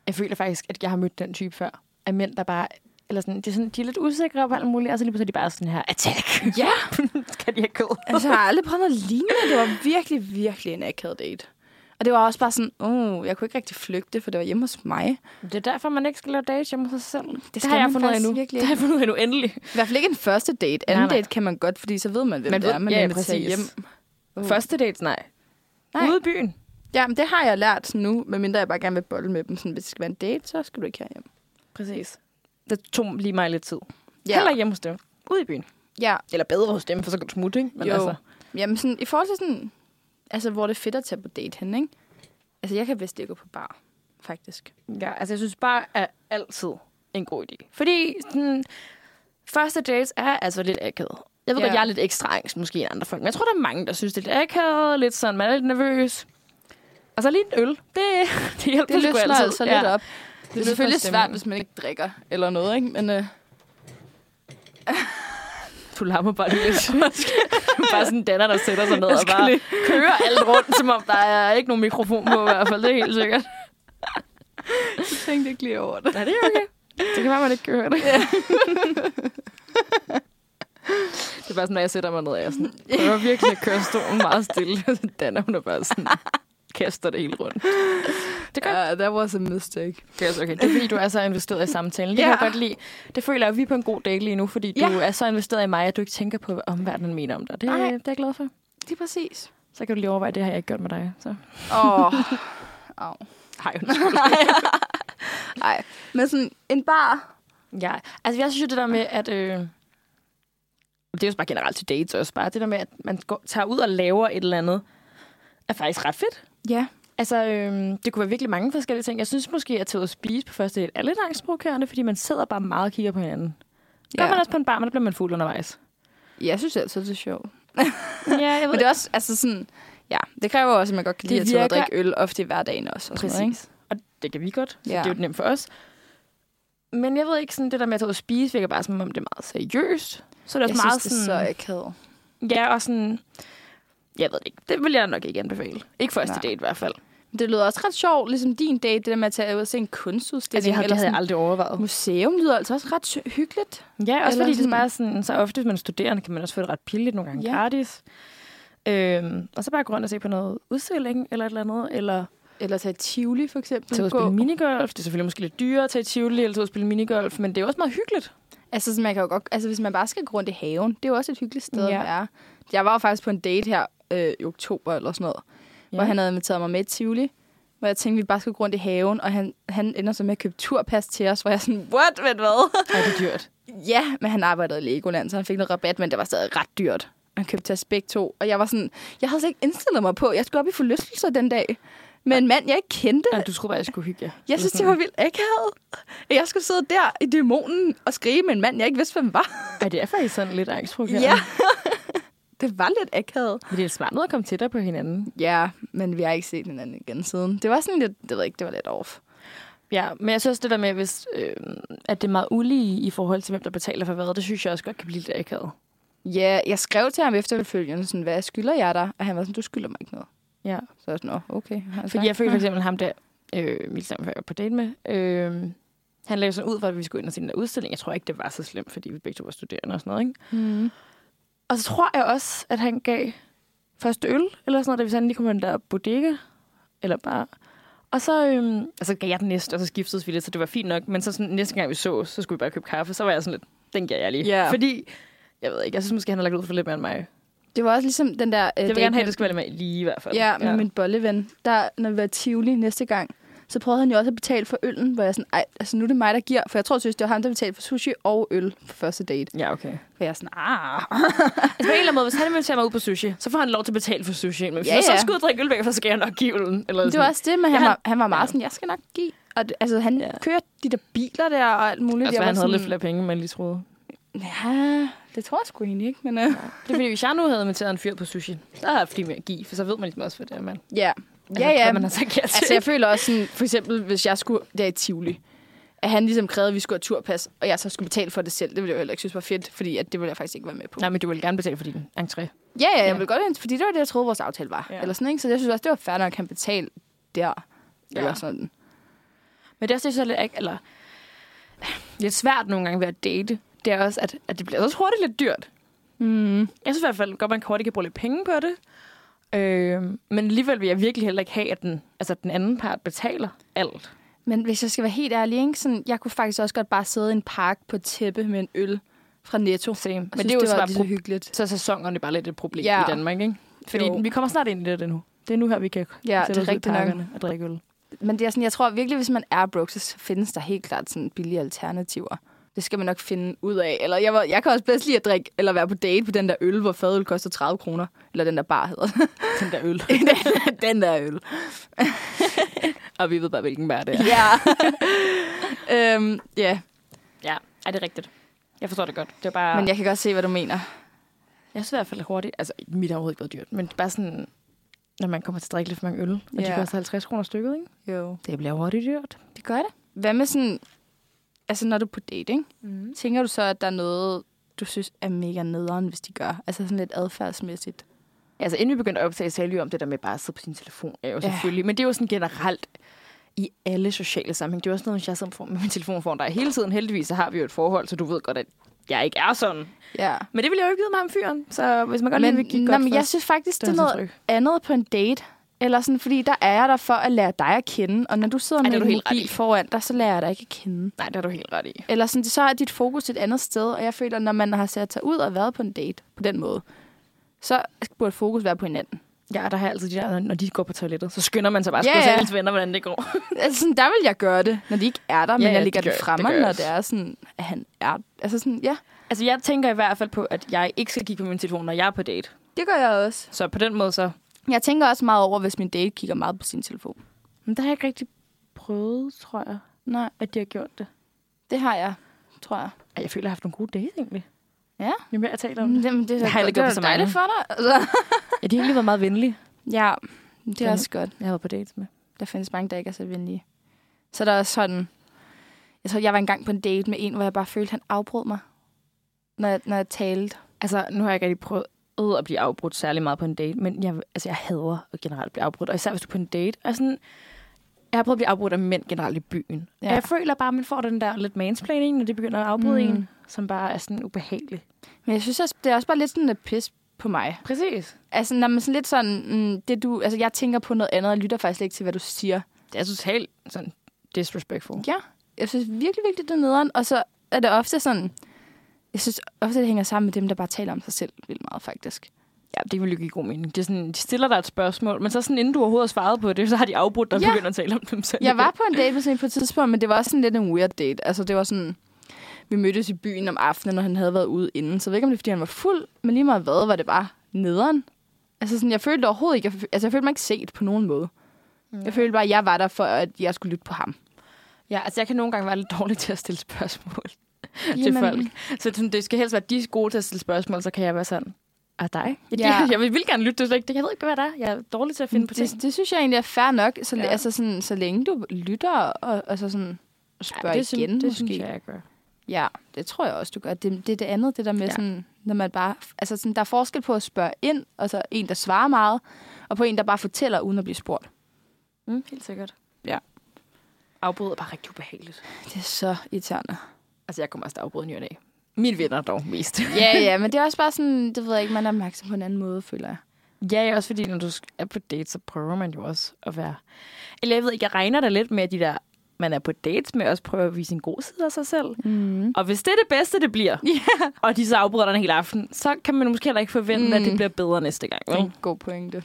Jeg føler faktisk, at jeg har mødt den type før. Af mænd, der bare... Eller sådan, de, er sådan, de er lidt usikre på alt muligt, og så lige pludselig er de bare sådan her, attack! Ja! Skal de have kød? Altså, jeg har aldrig prøvet noget lignende. Det var virkelig, virkelig en akavet date. Og det var også bare sådan, åh, oh, jeg kunne ikke rigtig flygte, for det var hjemme hos mig. Det er derfor, man ikke skal lave dates hjemme hos sig selv. Det, det har jeg fundet endnu. Virkelig. Det har jeg fundet endnu endelig. I hvert fald ikke en første date. Anden nej, nej. date kan man godt, fordi så ved man, hvem man det er, man ja, inviterer hjem. Uh. Første date, nej. nej. Ude i byen. Ja, men det har jeg lært nu, medmindre jeg bare gerne vil bolle med dem. Sådan, hvis det skal være en date, så skal du ikke herhjem. Præcis. Det tog lige mig lidt tid. Ja. Heller hjemme hos dem. Ude i byen. Ja. Eller bedre hos dem, for så kan du smutte, ikke? Men jo. Altså. Jamen sådan, i forhold til sådan, altså hvor det er fedt at tage på date hen, ikke? Altså jeg kan vist ikke gå på bar, faktisk. Ja, altså jeg synes bare, at altid en god idé. Fordi sådan, første dates er altså lidt akavet. Jeg ved ja. godt, jeg er lidt ekstra angst måske end andre folk, men jeg tror, der er mange, der synes, det er lidt akavet, lidt sådan, man er lidt nervøs. Og så lige en øl, det, det hjælper det sgu altid. Det altså lidt ja. op. Det, det er selvfølgelig svært, hvis man ikke drikker eller noget, ikke? Men øh... du larmer bare lidt. Bare sådan en danner, der sætter sig ned og bare lige kører alt rundt, som om der er ikke nogen mikrofon på i hvert fald. Det er helt sikkert. Jeg tænkte ikke lige over det. Nej, det er okay. Det kan være, man ikke kan høre det. Ja. Det er bare sådan, når jeg sætter mig ned, og jeg sådan, prøver virkelig at køre stolen meget stille. Danner, hun er bare sådan, kaster det helt rundt. Det er godt. Uh, that was a mistake. Det er, okay. Det er fordi, du er så investeret i samtalen. Det, yeah. kan jeg godt lide. Det føler jeg, at vi er på en god dag lige nu, fordi du yeah. er så investeret i mig, at du ikke tænker på, hvad omverdenen mener om dig. Det, det er jeg glad for. Det er præcis. Så kan du lige overveje, det har jeg ikke gjort med dig. Åh. Oh. oh. Hej, undskyld. Nej, men sådan en bar. Ja, altså jeg synes jo det der med, at... Øh, det er jo bare generelt til dates også. Bare det der med, at man går, tager ud og laver et eller andet, er faktisk ret fedt. Ja. Altså, øhm, det kunne være virkelig mange forskellige ting. Jeg synes måske, at tage ud og spise på første date er lidt angstprovokerende, fordi man sidder bare meget og kigger på hinanden. Gør ja. man også på en bar, men der bliver man fuld undervejs. Ja, jeg synes altid, det er sjovt. Ja, jeg ved. Men det er også, altså sådan, ja, det kræver også, at man godt kan lide at tage ud og drikke øl ofte i hverdagen også. Og præcis. Sådan noget, ikke? Og det kan vi godt, så ja. det er jo nemt for os. Men jeg ved ikke, sådan det der med at tage ud og spise, virker bare som om det er meget seriøst. Så er det også jeg meget synes, sådan... det er så akavet. Ja, og sådan... Jeg ved det ikke. Det vil jeg nok ikke anbefale. Ikke første Nej. date i hvert fald. Det lyder også ret sjovt, ligesom din date, det der med at tage ud og se en kunstudstilling. Altså, jeg havde, eller det havde jeg aldrig overvejet. Museum lyder altså også ret hyggeligt. Ja, også eller fordi sådan... det er bare sådan, så ofte, hvis man er studerende, kan man også få det ret billigt, nogle gange ja. gratis. Øhm, og så bare gå rundt og se på noget udstilling, eller et eller andet, eller... Eller tage Tivoli, for eksempel. Til at spille minigolf. Det er selvfølgelig måske lidt dyrere at tage Tivoli, eller til at spille minigolf, men det er også meget hyggeligt. Altså, så man kan jo godt, altså, hvis man bare skal gå rundt i haven, det er jo også et hyggeligt sted ja. at være. Jeg var jo faktisk på en date her øh, i oktober, eller sådan noget, ja. hvor han havde inviteret mig med til Tivoli, hvor jeg tænkte, vi bare skulle gå rundt i haven, og han, han ender så med at købe turpas til os, hvor jeg sådan, what, ved hvad? Ej, det er dyrt. Ja, men han arbejdede i Legoland, så han fik noget rabat, men det var stadig ret dyrt. Han købte til os begge to, og jeg var sådan, jeg havde slet ikke indstillet mig på, jeg skulle op i forlystelser den dag. Men en mand, jeg ikke kendte. Ja, du troede bare, jeg skulle hygge jer. Jeg synes, det var vildt akavet. Jeg skulle sidde der i dæmonen og skrige med en mand, jeg ikke vidste, hvem var. Ej, det er faktisk sådan lidt angstprovokerende. Ja, det var lidt akavet. Men det er smart noget at komme tættere på hinanden. Ja, men vi har ikke set hinanden igen siden. Det var sådan lidt, det ved jeg ikke, det var lidt off. Ja, men jeg synes det der med, hvis, øh, at det er meget ulige i forhold til, hvem der betaler for hvad, det synes jeg også godt kan blive lidt akavet. Ja, jeg skrev til ham efterfølgende, sådan, hvad skylder jeg dig? Og han var sådan, du skylder mig ikke noget. Ja. Så jeg sådan, okay. Fordi jeg følte for eksempel ham der, øh, mit sammen på date med, øh, han lavede sådan ud, for at vi skulle ind og se den der udstilling. Jeg tror ikke, det var så slemt, fordi vi begge to var studerende og sådan noget, ikke? Mm. Og så tror jeg også, at han gav første øl, eller sådan noget, da vi sådan lige kom på den der bodega, eller bare... Og så, øhm, altså gav jeg den næste, og så skiftede vi lidt, så det var fint nok. Men så sådan, næste gang vi så, så skulle vi bare købe kaffe. Så var jeg sådan lidt, den gav jeg lige. Yeah. Fordi, jeg ved ikke, jeg synes måske, han har lagt ud for lidt mere end mig. Det var også ligesom den der... Øh, jeg vil gerne have, at det skal være med lige i hvert fald. Ja, med ja. min bolleven. Der, når vi var i Tivoli næste gang, så prøvede han jo også at betale for øllen, hvor jeg sådan, ej, altså nu er det mig, der giver. For jeg tror, synes, det var ham, der betalte for sushi og øl på første date. Ja, okay. For jeg er sådan, ah. altså på en eller anden måde, hvis han vil tage mig ud på sushi, så får han lov til at betale for sushi. Men hvis ja, jeg så ja. skulle drikke øl væk, så skal jeg nok give øllen. Eller det sådan. var også det, men ja, han, var, han var meget ja. sådan, jeg skal nok give. Og det, altså, han ja. kørte de der biler der og alt muligt. Altså, jeg han var havde sådan, lidt flere penge, end man lige troede. Ja, det tror jeg sgu egentlig ikke. Men, uh... ja. Det er fordi, hvis jeg nu havde inviteret en fyr på sushi, så havde jeg haft med at give, for så ved man ligesom også, hvad det er, man. Ja, altså, ja, ja. Man har sagt ja til. Altså, jeg føler også sådan, for eksempel, hvis jeg skulle der i Tivoli, at han ligesom krævede, at vi skulle have turpas, og jeg så skulle betale for det selv. Det ville jeg jo heller ikke synes var fedt, fordi at det ville jeg faktisk ikke være med på. Nej, men du ville gerne betale for din entré. Ja, ja, jeg ja. ville godt, fordi det var det, jeg troede, vores aftale var. Ja. Eller sådan, ikke? Så jeg synes også, det var fair nok, at han betale der. Ja. Eller sådan. Men det er også det, så lidt, eller, lidt svært nogle gange ved at date. Det er også, at, at det bliver også hurtigt lidt dyrt. Mm. Jeg synes i hvert fald godt, man hurtigt kan bruge lidt penge på det. Øh, men alligevel vil jeg virkelig heller ikke have, at den, altså, den anden part betaler alt. Men hvis jeg skal være helt ærlig, ikke? Sådan, jeg kunne faktisk også godt bare sidde i en park på et tæppe med en øl fra Netto. Same. Men synes, det er jo det så var bare så hyggeligt. Så er sæsonerne bare lidt et problem ja. i Danmark, ikke? Fordi jo. vi kommer snart ind i det nu. Det er nu her, vi kan ja, sætte det er os ud i rigtigt nok. og drikke øl. Men det er sådan, jeg tror virkelig, hvis man er broke, så findes der helt klart sådan billige alternativer. Det skal man nok finde ud af. Eller jeg, var, jeg kan også bedst lide at drikke, eller være på date på den der øl, hvor fadøl koster tredive kroner. Eller den der bar hedder. Den der øl. den, den der øl. Og vi ved bare, hvilken bar det er. Ja. øhm, ja. Ja, er det rigtigt? Jeg forstår det godt. Det er bare... Men jeg kan godt se, hvad du mener. Jeg synes i hvert fald hurtigt. Altså, mit har overhovedet ikke været dyrt. Men det er bare sådan, når man kommer til at drikke lidt for mange øl, og ja. de koster halvtreds kroner stykket, ikke? Jo. Det bliver hurtigt dyrt. Det gør det. Hvad med sådan... Altså, når du er på date, ikke? Mm. Tænker du så, at der er noget, du synes er mega nederen, hvis de gør? Altså sådan lidt adfærdsmæssigt. Altså, inden vi begyndte at optage, talte vi om det der med bare at sidde på sin telefon. Er jo selvfølgelig. Ja. Men det er jo sådan generelt i alle sociale sammenhæng. Det er også noget, hvis jeg sidder med min telefon foran dig hele tiden. Heldigvis så har vi jo et forhold, så du ved godt, at jeg ikke er sådan. Ja. Men det vil jeg jo ikke vide med ham fyren. Så hvis man godt men, lige vil kigge nå, godt men jeg synes faktisk, det er noget tryk. andet på en date. Eller sådan, fordi der er jeg der for at lære dig at kende. Og når du sidder Ej, med en mobil mobil foran dig, så lærer jeg dig ikke at kende. Nej, det er du helt ret i. Eller sådan, så er dit fokus et andet sted. Og jeg føler, når man har sat sig ud og været på en date på den måde, så burde fokus være på hinanden. Ja, der har jeg altid de der, når de går på toilettet, så skynder man sig bare at ja, skrive ja. til ens venner, hvordan det går. Altså, sådan, der vil jeg gøre det, når de ikke er der, men ja, ja, jeg ligger det, det fremme, det når også. det er sådan, at han er... Altså sådan, ja. Altså, jeg tænker i hvert fald på, at jeg ikke skal kigge på min telefon, når jeg er på date. Det gør jeg også. Så på den måde så... Jeg tænker også meget over, hvis min date kigger meget på sin telefon. Men der har jeg ikke rigtig prøvet, tror jeg, Nej, at de har gjort det. det har jeg, tror jeg. Ej, jeg føler, jeg har haft nogle gode dates, egentlig. Ja. Jo mere jeg taler om det. Jamen, det er Jeg har da ikke godt, gjort det det er så dejligt mange. for dig. Altså. Ja, de har egentlig været meget venlige, Ja, det er Den- også godt. jeg har været på dates med. Der findes mange, der ikke er så venlige. Så der er også sådan... Jeg tror, jeg var engang på en date med en, hvor jeg bare følte, at han afbrød mig, når jeg, når jeg talte. Altså, nu har jeg ikke rigtig prøvet at blive afbrudt særlig meget på en date, men jeg, altså, jeg hader at generelt blive afbrudt. Og især hvis du er på en date. Altså, jeg har prøvet at blive afbrudt af mænd generelt i byen. Ja. Og jeg føler bare, at man får den der lidt mansplaining, når de begynder at afbryde mm. en, som bare er sådan ubehagelig. Men jeg synes også, det er også bare lidt sådan et pis på mig. Præcis. Altså, når man sådan lidt sådan... Mm, det du, altså, jeg tænker på noget andet, og lytter faktisk ikke til, hvad du siger. Det er totalt sådan disrespectful. Ja, jeg synes virkelig, virkelig, det er nederen. Og så er det ofte sådan... Jeg synes ofte, det hænger sammen med dem, der bare taler om sig selv vildt meget, faktisk. Ja, det vil jo give god mening. Det er sådan, de stiller dig et spørgsmål, men så sådan, inden du overhovedet har svaret på det, så har de afbrudt dig og Ja. begyndt at tale om dem selv. Jeg var på en date med sådan en på et tidspunkt, men det var også sådan lidt en weird date. Altså, det var sådan... Vi mødtes i byen om aftenen, og han havde været ude inden. Så jeg ved ikke, om det er, fordi han var fuld, men lige meget hvad, var det bare nederen. Altså, sådan, jeg følte overhovedet ikke... Jeg, altså, jeg følte mig ikke set på nogen måde. Mm. Jeg følte bare, at jeg var der for, at jeg skulle lytte på ham. Ja, altså jeg kan nogle gange være lidt dårlig til at stille spørgsmål til Jamen. folk. Så det, det skal helst være de gode til at stille spørgsmål, så kan jeg være sådan, er dig? Jeg, Ja. jeg vil, vil gerne lytte, det er ikke, jeg ved ikke, hvad det er. Jeg er dårlig til at finde på ting. Det, det synes jeg egentlig er fair nok, så, Ja. ja. altså sådan, så længe du lytter og altså sådan, spørger ja, det igen, synes, det måske. synes jeg, jeg gør. Ja, det tror jeg også, du gør. Det, det er det andet, det der med Ja. sådan, når man bare... Altså sådan, der er forskel på at spørge ind, altså en, der svarer meget, og på en, der bare fortæller, uden at blive spurgt. Mm, helt sikkert. Ja. Afbrud er bare rigtig ubehageligt. Det er så irriterende. Altså jeg kommer også til at afbryde ny og dag. Mine venner dog mest. Ja, ja, men det er også bare sådan, det ved jeg ikke, man er opmærksom på en anden måde, føler jeg. Ja, også fordi når du er på date, så prøver man jo også at være... Eller jeg ved ikke, jeg regner da lidt med, at de der, man er på dates med, også prøver at vise en god side af sig selv. Mm. Og hvis det er det bedste, det bliver, Yeah. og de så afbryder den hele aften, så kan man måske heller ikke forvente, mm. at det Mm. bliver bedre næste gang. Det er Vel? en god pointe.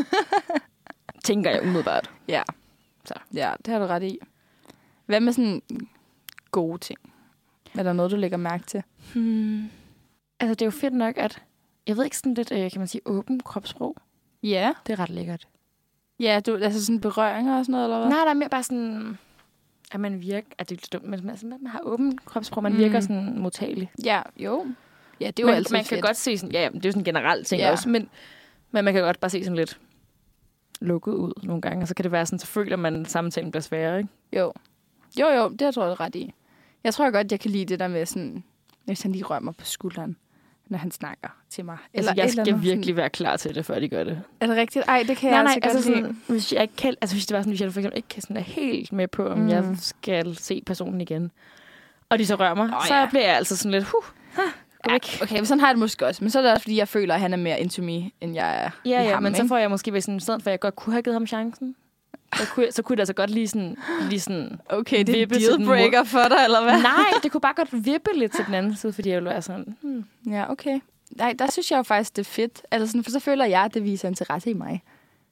Tænker jeg umiddelbart. Ja. Så. Ja, det har du ret i. Hvad med sådan gode ting? Er der noget, du lægger mærke til? Hmm. Altså, det er jo fedt nok, at... Jeg ved ikke, sådan lidt, øh, kan man sige, åben kropssprog. Ja. Det er ret lækkert. Ja, du, altså sådan berøringer og sådan noget, eller hvad? Nej, der er mere bare sådan... At man virker... At det er lidt dumt, men altså, man har åben kropssprog. Man Mm. virker sådan modtagelig. Ja, jo. Ja, det er jo man, altid man kan fedt. godt se sådan... Ja, ja, det er jo sådan en generel ting Ja. også. Men, men man kan godt bare se sådan lidt lukket ud nogle gange. Og så kan det være sådan, så føler man, at samtalen bliver sværere, ikke? Jo. Jo, jo, det tror jeg, du er ret i. Jeg tror godt, jeg kan lide det der med sådan, hvis han lige rører mig på skulderen. når han snakker til mig. Eller altså, jeg skal eller virkelig sådan... være klar til det, før de gør det. Er det rigtigt? Ej, det kan nej, jeg nej, altså altså godt sådan, hvis jeg ikke kan, altså hvis det var sådan, hvis jeg for eksempel ikke kan sådan er helt med på, om mm. jeg skal se personen igen, og de så rører mig, oh, så ja. bliver jeg altså sådan lidt, huh, huh ja, okay, men sådan har jeg det måske også. Men så er det også, fordi jeg føler, at han er mere into me, end jeg er ja, i ja, ham, men ikke? så får jeg måske ved sådan en sted, for jeg godt kunne have givet ham chancen. Så kunne, så kunne det altså godt lige sådan... Lige sådan okay, det er en dealbreaker for dig, eller hvad? Nej, det kunne bare godt vippe lidt til den anden side, fordi jeg ville være sådan... Hmm. Ja, okay. Nej, der synes jeg jo faktisk, det er fedt. Altså sådan, for så føler jeg, at det viser interesse i mig.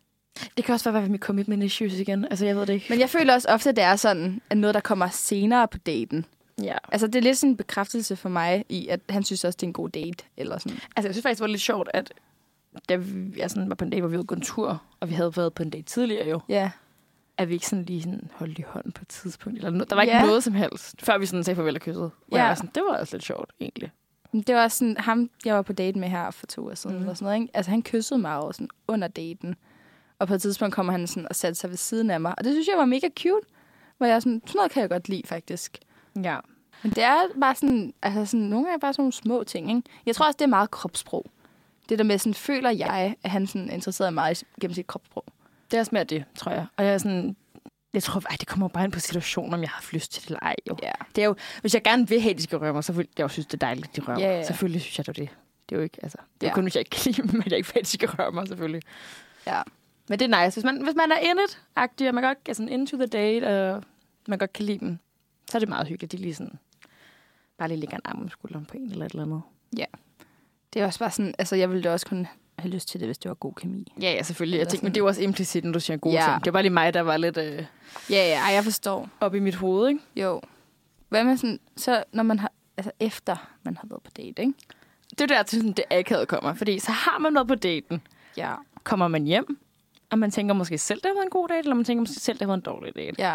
Det kan også være, at mit commitment issues igen. Altså, jeg ved det ikke. Men jeg føler også ofte, at det er sådan, at noget, der kommer senere på daten. Ja. Altså, det er lidt sådan en bekræftelse for mig i, at han synes også, det er en god date. Eller sådan. Altså, jeg synes faktisk, det var lidt sjovt, at da jeg sådan var på en date, hvor vi var gået en tur, og vi havde været på en date tidligere jo. Ja. At vi ikke sådan lige sådan holdt i hånden på et tidspunkt. Eller noget. Der var ikke ja. noget som helst, før vi sådan sagde farvel og kyssede. Ja. Jeg var sådan, det var også lidt sjovt, egentlig. Det var sådan, ham, jeg var på date med her for to år siden. Mm. Eller sådan noget, ikke? Altså, han kyssede mig jo sådan under daten. Og på et tidspunkt kommer han sådan og satte sig ved siden af mig. Og det synes jeg var mega cute. Hvor jeg sådan, sådan noget kan jeg godt lide, faktisk. Ja. Men det er bare sådan, altså sådan, nogle gange bare sådan nogle små ting, ikke? Jeg tror også, det er meget kropssprog. Det der med sådan, føler jeg, at han sådan er interesseret i mig gennem sit kropssprog. Det er også mere det, tror jeg. Og jeg er sådan... Jeg tror, ej, det kommer bare ind på situationen, om jeg har haft lyst til det eller ej. Jo. Ja. Det er jo, hvis jeg gerne vil have, at de skal røre mig, så vil jeg jo synes, det er dejligt, at de rører mig. Ja, ja. Selvfølgelig synes jeg det er det. Det er jo ikke, altså... Det er ja. kun, hvis jeg ikke kan lide dem, at jeg ikke vil have, at de skal røre mig, selvfølgelig. Ja. Men det er nice. Hvis man, hvis man er in it-agtig, og man godt er sådan into the date, og man godt kan lide dem, så er det meget hyggeligt. De lige sådan... Bare lige lægger en arm om skulderen på en eller et eller andet. Ja. Det er også bare sådan... Altså, jeg ville da også kunne have lyst til det, hvis det var god kemi. Ja, ja, selvfølgelig. Jeg tænker, men det er jo også implicit, når du siger gode ja. ting. Det var bare lige mig, der var lidt... Øh, ja, ja, ej, jeg forstår. Op i mit hoved, ikke? Jo. Hvad med sådan... Så når man har... Altså, efter man har været på date, ikke? Det er der til sådan, det akavet kommer. Fordi så har man noget på daten. Ja. Kommer man hjem, og man tænker måske selv, det har været en god date, eller man tænker måske selv, det har været en dårlig date. Ja.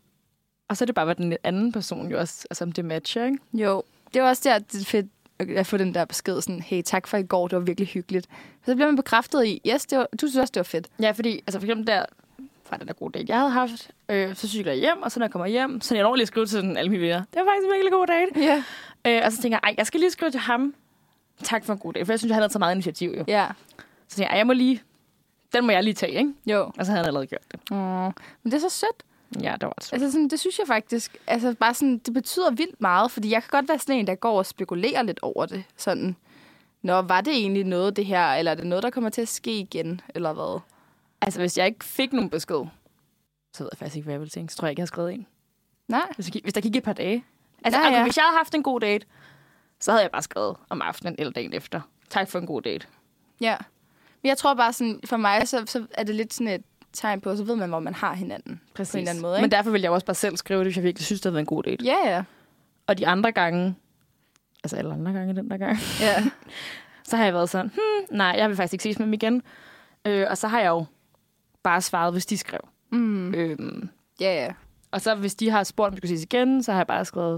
Og så er det bare, hvad den anden person jo også, altså om det matcher, ikke? Jo. Det var også der, det er fedt at få den der besked sådan, hey, tak for i går, det var virkelig hyggeligt. Så bliver man bekræftet i, yes, det var, du synes også, det var fedt. Ja, fordi, altså for eksempel der, fra den der gode date, jeg havde haft, øh, så cykler jeg hjem, og så når jeg kommer hjem, så er jeg ordentligt skrive til sådan, alle mine venner. Det var faktisk en virkelig god date. Ja. Øh, og så tænker jeg, ej, jeg skal lige skrive til ham. Tak for en god date, for jeg synes, jeg havde så meget initiativ jo. Ja. Så tænker jeg, ej, jeg må lige, den må jeg lige tage, ikke? Jo. Og så havde han allerede gjort det. Mm. Men det er så sødt. Ja, det var det. Altså sådan, det synes jeg faktisk, altså bare sådan, det betyder vildt meget, fordi jeg kan godt være sådan en, der går og spekulerer lidt over det. Sådan, nå, var det egentlig noget, det her, eller er det noget, der kommer til at ske igen, eller hvad? Altså, hvis jeg ikke fik nogen besked, så ved jeg faktisk ikke, hvad jeg ville tænke. Så tror jeg ikke, jeg har skrevet en. Nej. Hvis, jeg, hvis der gik et par dage. Altså, ja, ja. Okay, hvis jeg havde haft en god date, så havde jeg bare skrevet om aftenen eller dagen efter. Tak for en god date. Ja. Men jeg tror bare sådan, for mig, så, så er det lidt sådan et tegn på, så ved man, hvor man har hinanden. Præcis. På en eller anden måde, ikke? Men derfor vil jeg også bare selv skrive det, hvis jeg virkelig synes, det havde været en god date. Ja, ja. Og de andre gange, altså alle andre gange den der gang, ja. så har jeg været sådan, hmm, nej, jeg vil faktisk ikke ses med dem igen. Øh, og så har jeg jo bare svaret, hvis de skrev. Mm. Øhm, ja, ja. Og så hvis de har spurgt, om vi skulle ses igen, så har jeg bare skrevet...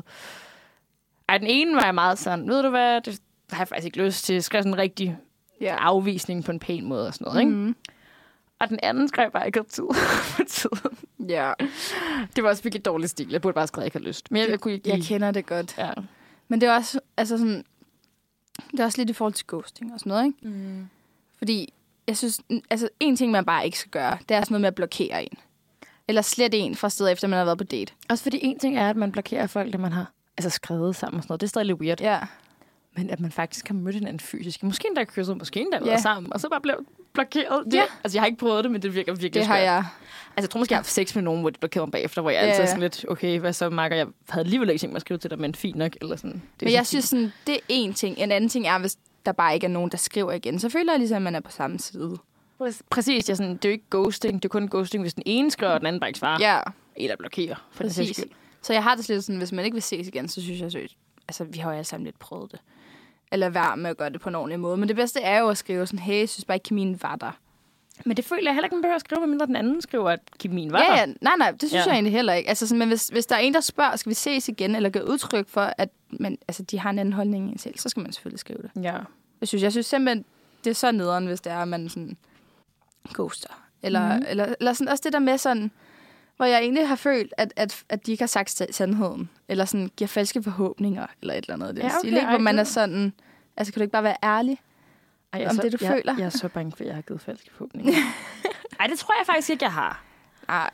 Ej, den ene var jeg meget sådan, ved du hvad, det har jeg faktisk ikke lyst til. Jeg skrev sådan en rigtig ja. afvisning på en pæn måde og sådan noget, mm. ikke? Og den anden skrev bare, ikke havde tid for tiden. Ja. Det var også virkelig dårlig stil. Jeg burde bare skrive, at jeg ikke havde lyst. Men jeg, jeg, kunne ikke jeg kender det godt. Ja. Men det er også, altså sådan, det er også lidt i forhold til ghosting og sådan noget, ikke? Mm. Fordi jeg synes, altså en ting, man bare ikke skal gøre, det er sådan noget med at blokere en. Eller slet en fra stedet efter, man har været på date. Også fordi en ting er, at man blokerer folk, der man har altså skrevet sammen og sådan noget. Det er stadig lidt weird. Ja. Men at man faktisk har mødt hinanden fysisk. Måske endda kysset, måske endda været ja. sammen. Og så bare blev blokeret. Det, ja. Altså, jeg har ikke prøvet det, men det virker virkelig Det har skørt. jeg. Altså, jeg tror måske, jeg har haft sex med nogen, hvor de blokerede mig bagefter, hvor jeg ja, altid er sådan lidt, okay, hvad så, Marker? Jeg havde alligevel ikke tænkt mig at skrive til dig, men fint nok. Eller sådan. Det men jeg synes, sådan, det er en ting. En anden ting er, hvis der bare ikke er nogen, der skriver igen. Så føler jeg ligesom, at man er på samme side. Præcis. Jeg sådan, det er jo ikke ghosting. Det er kun ghosting, hvis den ene skriver, og den anden bare ikke svarer. Ja. Eller blokerer. For Præcis. Det skyld. Så jeg har det lidt sådan, hvis man ikke vil ses igen, så synes jeg seriøst. Altså, vi har jo alle sammen lidt prøvet det. Eller være med at gøre det på en ordentlig måde. Men det bedste er jo at skrive sådan, hey, jeg synes bare ikke, kemien var der. Men det føler jeg heller ikke, man behøver at skrive, medmindre den anden skriver, at kemien var ja, der. Ja, nej, nej, det synes ja. jeg egentlig heller ikke. Altså, sådan, men hvis, hvis der er en, der spørger, skal vi ses igen, eller gør udtryk for, at man, altså, de har en anden holdning end selv, så skal man selvfølgelig skrive det. Ja. Jeg synes, jeg synes simpelthen, det er så nederen, hvis det er, at man sådan ghoster. Eller, mm. eller, eller sådan, også det der med sådan, hvor jeg egentlig har følt, at, at, at de ikke har sagt sandheden. Eller sådan giver falske forhåbninger, eller et eller andet. Det ja, okay, stil, ikke? Hvor man er sådan, Altså, kan du ikke bare være ærlig Ej, jeg om så, det, du jeg, føler? Jeg er så bange for, at jeg har givet falske forhåbninger. Ej, det tror jeg faktisk ikke, jeg har. Nej.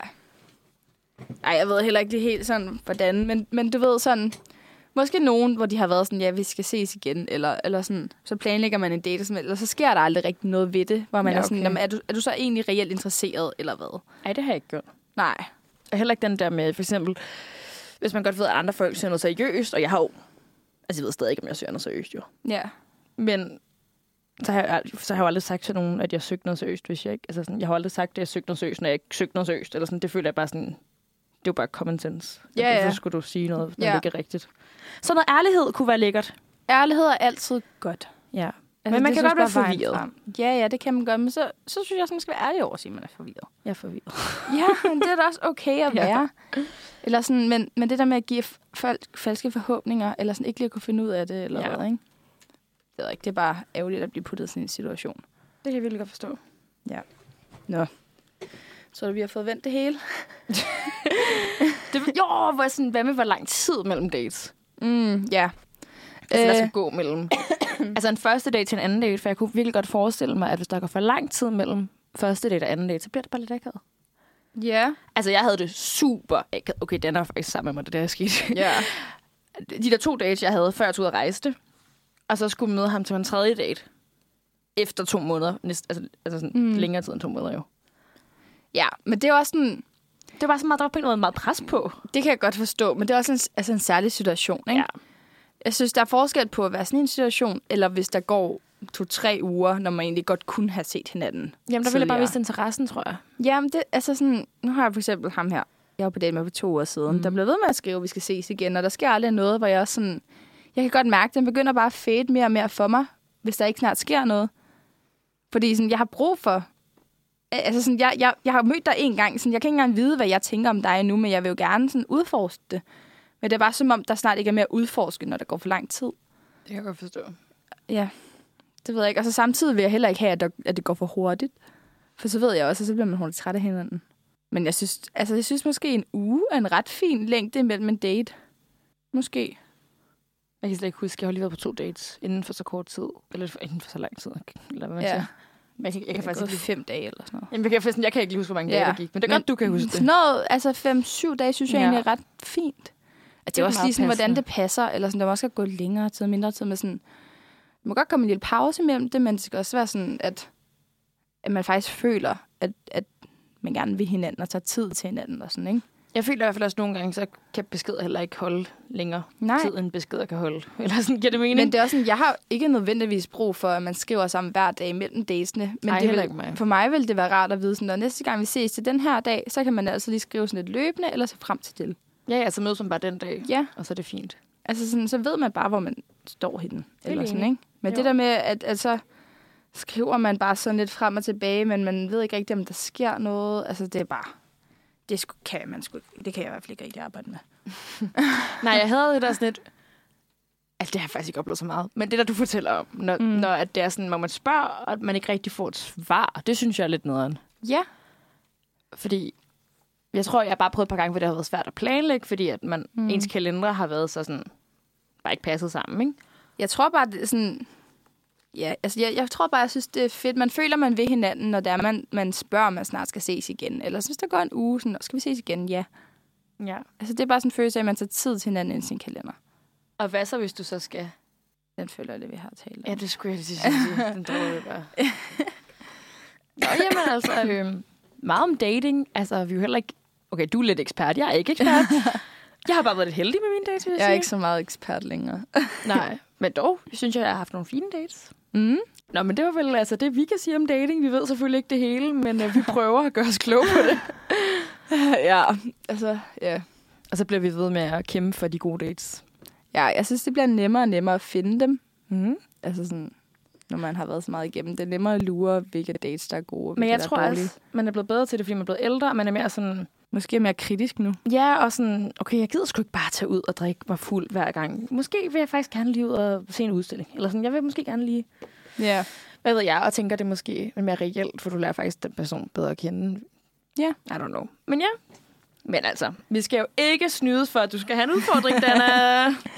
Ej, jeg ved heller ikke det helt sådan, hvordan. Men, men du ved sådan... Måske nogen, hvor de har været sådan, ja, vi skal ses igen, eller, eller sådan, så planlægger man en date, eller så sker der aldrig rigtig noget ved det, hvor man ja, okay. er sådan, er du, er du så egentlig reelt interesseret, eller hvad? Ej, det har jeg ikke gjort. Nej. Og heller ikke den der med, for eksempel, hvis man godt ved, at andre folk søger noget seriøst, og jeg har jo, altså jeg ved stadig ikke, om jeg søger noget seriøst, jo. Ja. Men så har, jeg, så har jeg jo aldrig sagt til nogen, at jeg søgte noget seriøst, hvis jeg ikke, altså sådan, jeg har aldrig sagt, at jeg søgte noget seriøst, når jeg ikke søgte noget seriøst, eller sådan, det føler jeg bare sådan, det er jo bare common sense. Ja, ja. Hvorfor skulle du sige noget, når ja. det ikke er rigtigt? Så noget ærlighed kunne være lækkert. Ærlighed er altid godt. Ja. Altså, men man kan godt være forvirret. Ja, ja, det kan man godt. Men så, så synes jeg, at man skal være ærlig over at sige, at man er forvirret. Jeg er forvirret. Ja, men det er da også okay at være. Ja. Eller sådan, men, men det der med at give folk falske forhåbninger, eller sådan ikke lige at kunne finde ud af det, eller ja. hvad, ikke? Det er ikke. Det er bare ærgerligt at blive puttet i sådan en situation. Det kan jeg virkelig godt forstå. Ja. Nå. Så du, vi har fået vendt det hele? det, jo, hvor sådan, hvad med hvor lang tid mellem dates? Mm, ja. Altså, der skal gå mellem... altså en første date til en anden date, for jeg kunne virkelig godt forestille mig, at hvis der går for lang tid mellem første date og anden date, så bliver det bare lidt akavet. Ja. Altså, jeg havde det super akavet. Okay, den er faktisk sammen med mig, det der er sket. Ja. De der to dates, jeg havde, før jeg tog ud og rejste, og så skulle møde ham til en tredje date. Efter to måneder. Næst, altså altså sådan mm. længere tid end to måneder jo. Ja, men det er også sådan... Det var så meget, der var på en måde meget pres på. Det kan jeg godt forstå, men det er også en, altså en særlig situation, ikke? Ja. Jeg synes, der er forskel på at være sådan en situation, eller hvis der går to-tre uger, når man egentlig godt kunne have set hinanden. Jamen, der ville jeg bare vise interessen, tror jeg. Jamen, det altså sådan... Nu har jeg for eksempel ham her. Jeg var på date med for to uger siden. Mm. Der blev ved med at skrive, at vi skal ses igen, og der sker aldrig noget, hvor jeg også sådan... Jeg kan godt mærke, at den begynder bare at fade mere og mere for mig, hvis der ikke snart sker noget. Fordi sådan, jeg har brug for... Altså sådan, jeg, jeg, jeg har mødt dig en gang, sådan, jeg kan ikke engang vide, hvad jeg tænker om dig nu, men jeg vil jo gerne sådan udforske det. Men det er bare som om, der snart ikke er mere at udforske, når der går for lang tid. Det kan jeg godt forstå. Ja, det ved jeg ikke. Og så samtidig vil jeg heller ikke have, at, der, at det går for hurtigt. For så ved jeg også, at så bliver man hurtigt træt af hinanden. Men jeg synes, altså, jeg synes måske, en uge er en ret fin længde mellem en date. Måske. Jeg kan slet ikke huske, jeg har lige været på to dates inden for så kort tid. Eller inden for så lang tid. Eller hvad man ja. siger. Men jeg kan, jeg kan faktisk ikke fem dage eller sådan noget. Jamen, jeg, kan, jeg kan ikke lige huske, hvor mange ja. dage der gik. Men det er men, godt, du kan huske det. Sådan noget, altså fem-syv dage, synes jeg ja. egentlig er ret fint. Altså, det, det er også lige sådan, hvordan det passer. Eller sådan, der må også gå længere tid, mindre tid med sådan... Der må godt komme en lille pause imellem det, men det skal også være sådan, at, at man faktisk føler, at, at man gerne vil hinanden og tager tid til hinanden og sådan, ikke? Jeg føler i hvert fald også nogle gange, så kan beskeder heller ikke holde længere Nej. tid, end beskeder kan holde. Eller sådan, giver det mening? Men det er også sådan, jeg har ikke nødvendigvis brug for, at man skriver sammen hver dag mellem datesene. Men Ej, det vil, ikke mig. For mig vil det være rart at vide, sådan, at næste gang vi ses til den her dag, så kan man altså lige skrive sådan lidt løbende, eller så frem til det. Ja, ja, så mødes man bare den dag, ja. og så er det fint. Altså sådan, så ved man bare, hvor man står henne. Eller sådan, ikke? Men jo. det der med, at altså, skriver man bare sådan lidt frem og tilbage, men man ved ikke rigtig, om der sker noget. Altså, det er bare... Det sku, kan man sgu, det kan jeg i hvert fald ikke rigtig arbejde med. Nej, jeg havde det der sådan lidt... Altså, det har jeg faktisk ikke oplevet så meget. Men det der, du fortæller om, når, mm. når at det er sådan, hvor man spørger, og at man ikke rigtig får et svar, det synes jeg er lidt nederen. Ja. Fordi jeg tror, jeg har bare prøvet et par gange, hvor det har været svært at planlægge, fordi at man, mm. ens kalendere har været så sådan... Bare ikke passet sammen, ikke? Jeg tror bare, det er sådan... Ja, altså jeg, jeg tror bare, jeg synes, det er fedt. Man føler, man ved hinanden, når der man, man spørger, om man snart skal ses igen. Eller hvis der går en uge, sådan, skal vi ses igen? Ja. Ja. Altså det er bare sådan en følelse af, at man tager tid til hinanden i sin kalender. Og hvad så, hvis du så skal... Den føler jeg, det vi har talt om. Ja, det skulle jeg lige sige. Den drømmer jeg bare. Nå, jamen altså, øh, meget om dating. Altså, vi er jo heller ikke... Okay, du er lidt ekspert. Jeg er ikke ekspert. Jeg har bare været lidt heldig med mine dates, vil jeg, jeg er sige. ikke så meget ekspert længere. Nej, men dog synes jeg, jeg har haft nogle fine dates. Mm. Nå, men det var vel altså det, vi kan sige om dating. Vi ved selvfølgelig ikke det hele, men øh, vi prøver at gøre os kloge på det. Ja, altså, ja. Og så bliver vi ved med at kæmpe for de gode dates. Ja, jeg synes, det bliver nemmere og nemmere at finde dem. Mm. Altså sådan, når man har været så meget igennem. Det er nemmere at lure, hvilke dates, der er gode. Men jeg der tror også, man er blevet bedre til det, fordi man er blevet ældre, og man er mere sådan... Måske mere kritisk nu. Ja, og sådan, okay, jeg gider sgu ikke bare tage ud og drikke mig fuld hver gang. Måske vil jeg faktisk gerne lige ud og se en udstilling. Eller sådan, jeg vil måske gerne lige... Ja. Yeah. Hvad ved jeg, og tænker, det måske er mere reelt, for du lærer faktisk den person bedre at kende. Ja. Yeah. I don't know. Men ja. Men altså, vi skal jo ikke snydes for, at du skal have en udfordring, Dana.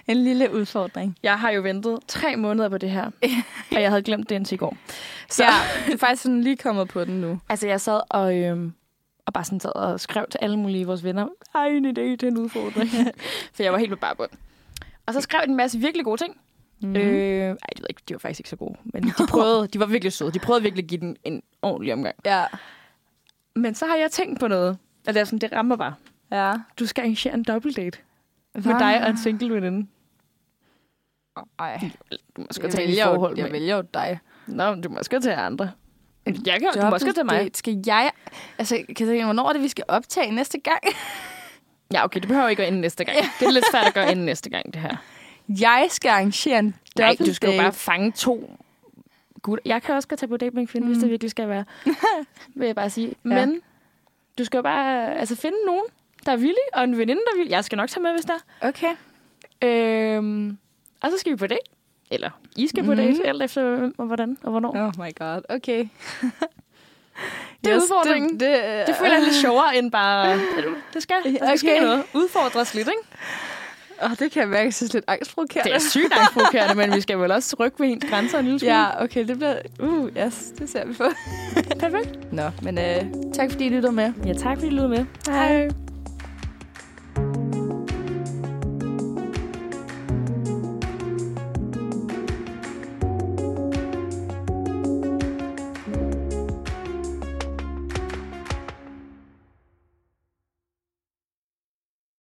En lille udfordring. Jeg har jo ventet tre måneder på det her, og jeg havde glemt det indtil i går. Så ja, du er faktisk sådan lige kommet på den nu. Altså, jeg sad og, øhm, og bare sådan sad og skrev til alle mulige vores venner, ej, en idé til en udfordring. For jeg var helt på barbund. Og så skrev jeg en masse virkelig gode ting. Mm-hmm. Øh, ej, det ved ikke, de var faktisk ikke så gode. Men de prøvede, de var virkelig søde. De prøvede virkelig at give den en ordentlig omgang. Ja. Men så har jeg tænkt på noget. Og det er sådan, det rammer bare. Ja. Du skal arrangere en dobbeltdate. Med dig og en single veninde. Ej. Du må skal tage et forhold med. Jeg vælger jo dig. Nå, du må skal tage andre. Jeg kan, du må skal tage mig. Skal jeg... Altså, kan jeg hvornår er det, vi skal optage næste gang? Ja, okay, det behøver ikke at ende næste gang. Det er lidt svært at gøre ende næste gang, det her. Jeg skal arrangere en dobbeltdate. Nej, du skal jo bare fange to gutter. Jeg kan også godt tage på date med en kvinde, mm. hvis det virkelig skal være. Vil jeg bare sige. Ja. Men du skal jo bare altså, finde nogen, der er villig, og en veninde, der er villig. Jeg skal nok tage med, hvis der er. Okay. Øhm, og så skal vi på date. Eller I skal mm. på date, alt efter og hvordan og hvornår. Oh my god, okay. Det er yes, udfordringen. Det, det, uh... det føler jeg lidt sjovere end bare... Det skal, der skal okay. ske noget. Udfordres lidt, ikke? Åh, oh, det kan jeg mærke, synes lidt angstprovokerende. Det er sygt angstprovokerende, men vi skal vel også rykke ved ens grænser en lille smule. Ja, okay, det bliver... Uh, yes, det ser vi på. Perfekt. Nå, men uh, tak fordi I lyttede med. Ja, tak fordi I lyttede med. Hej. Hej.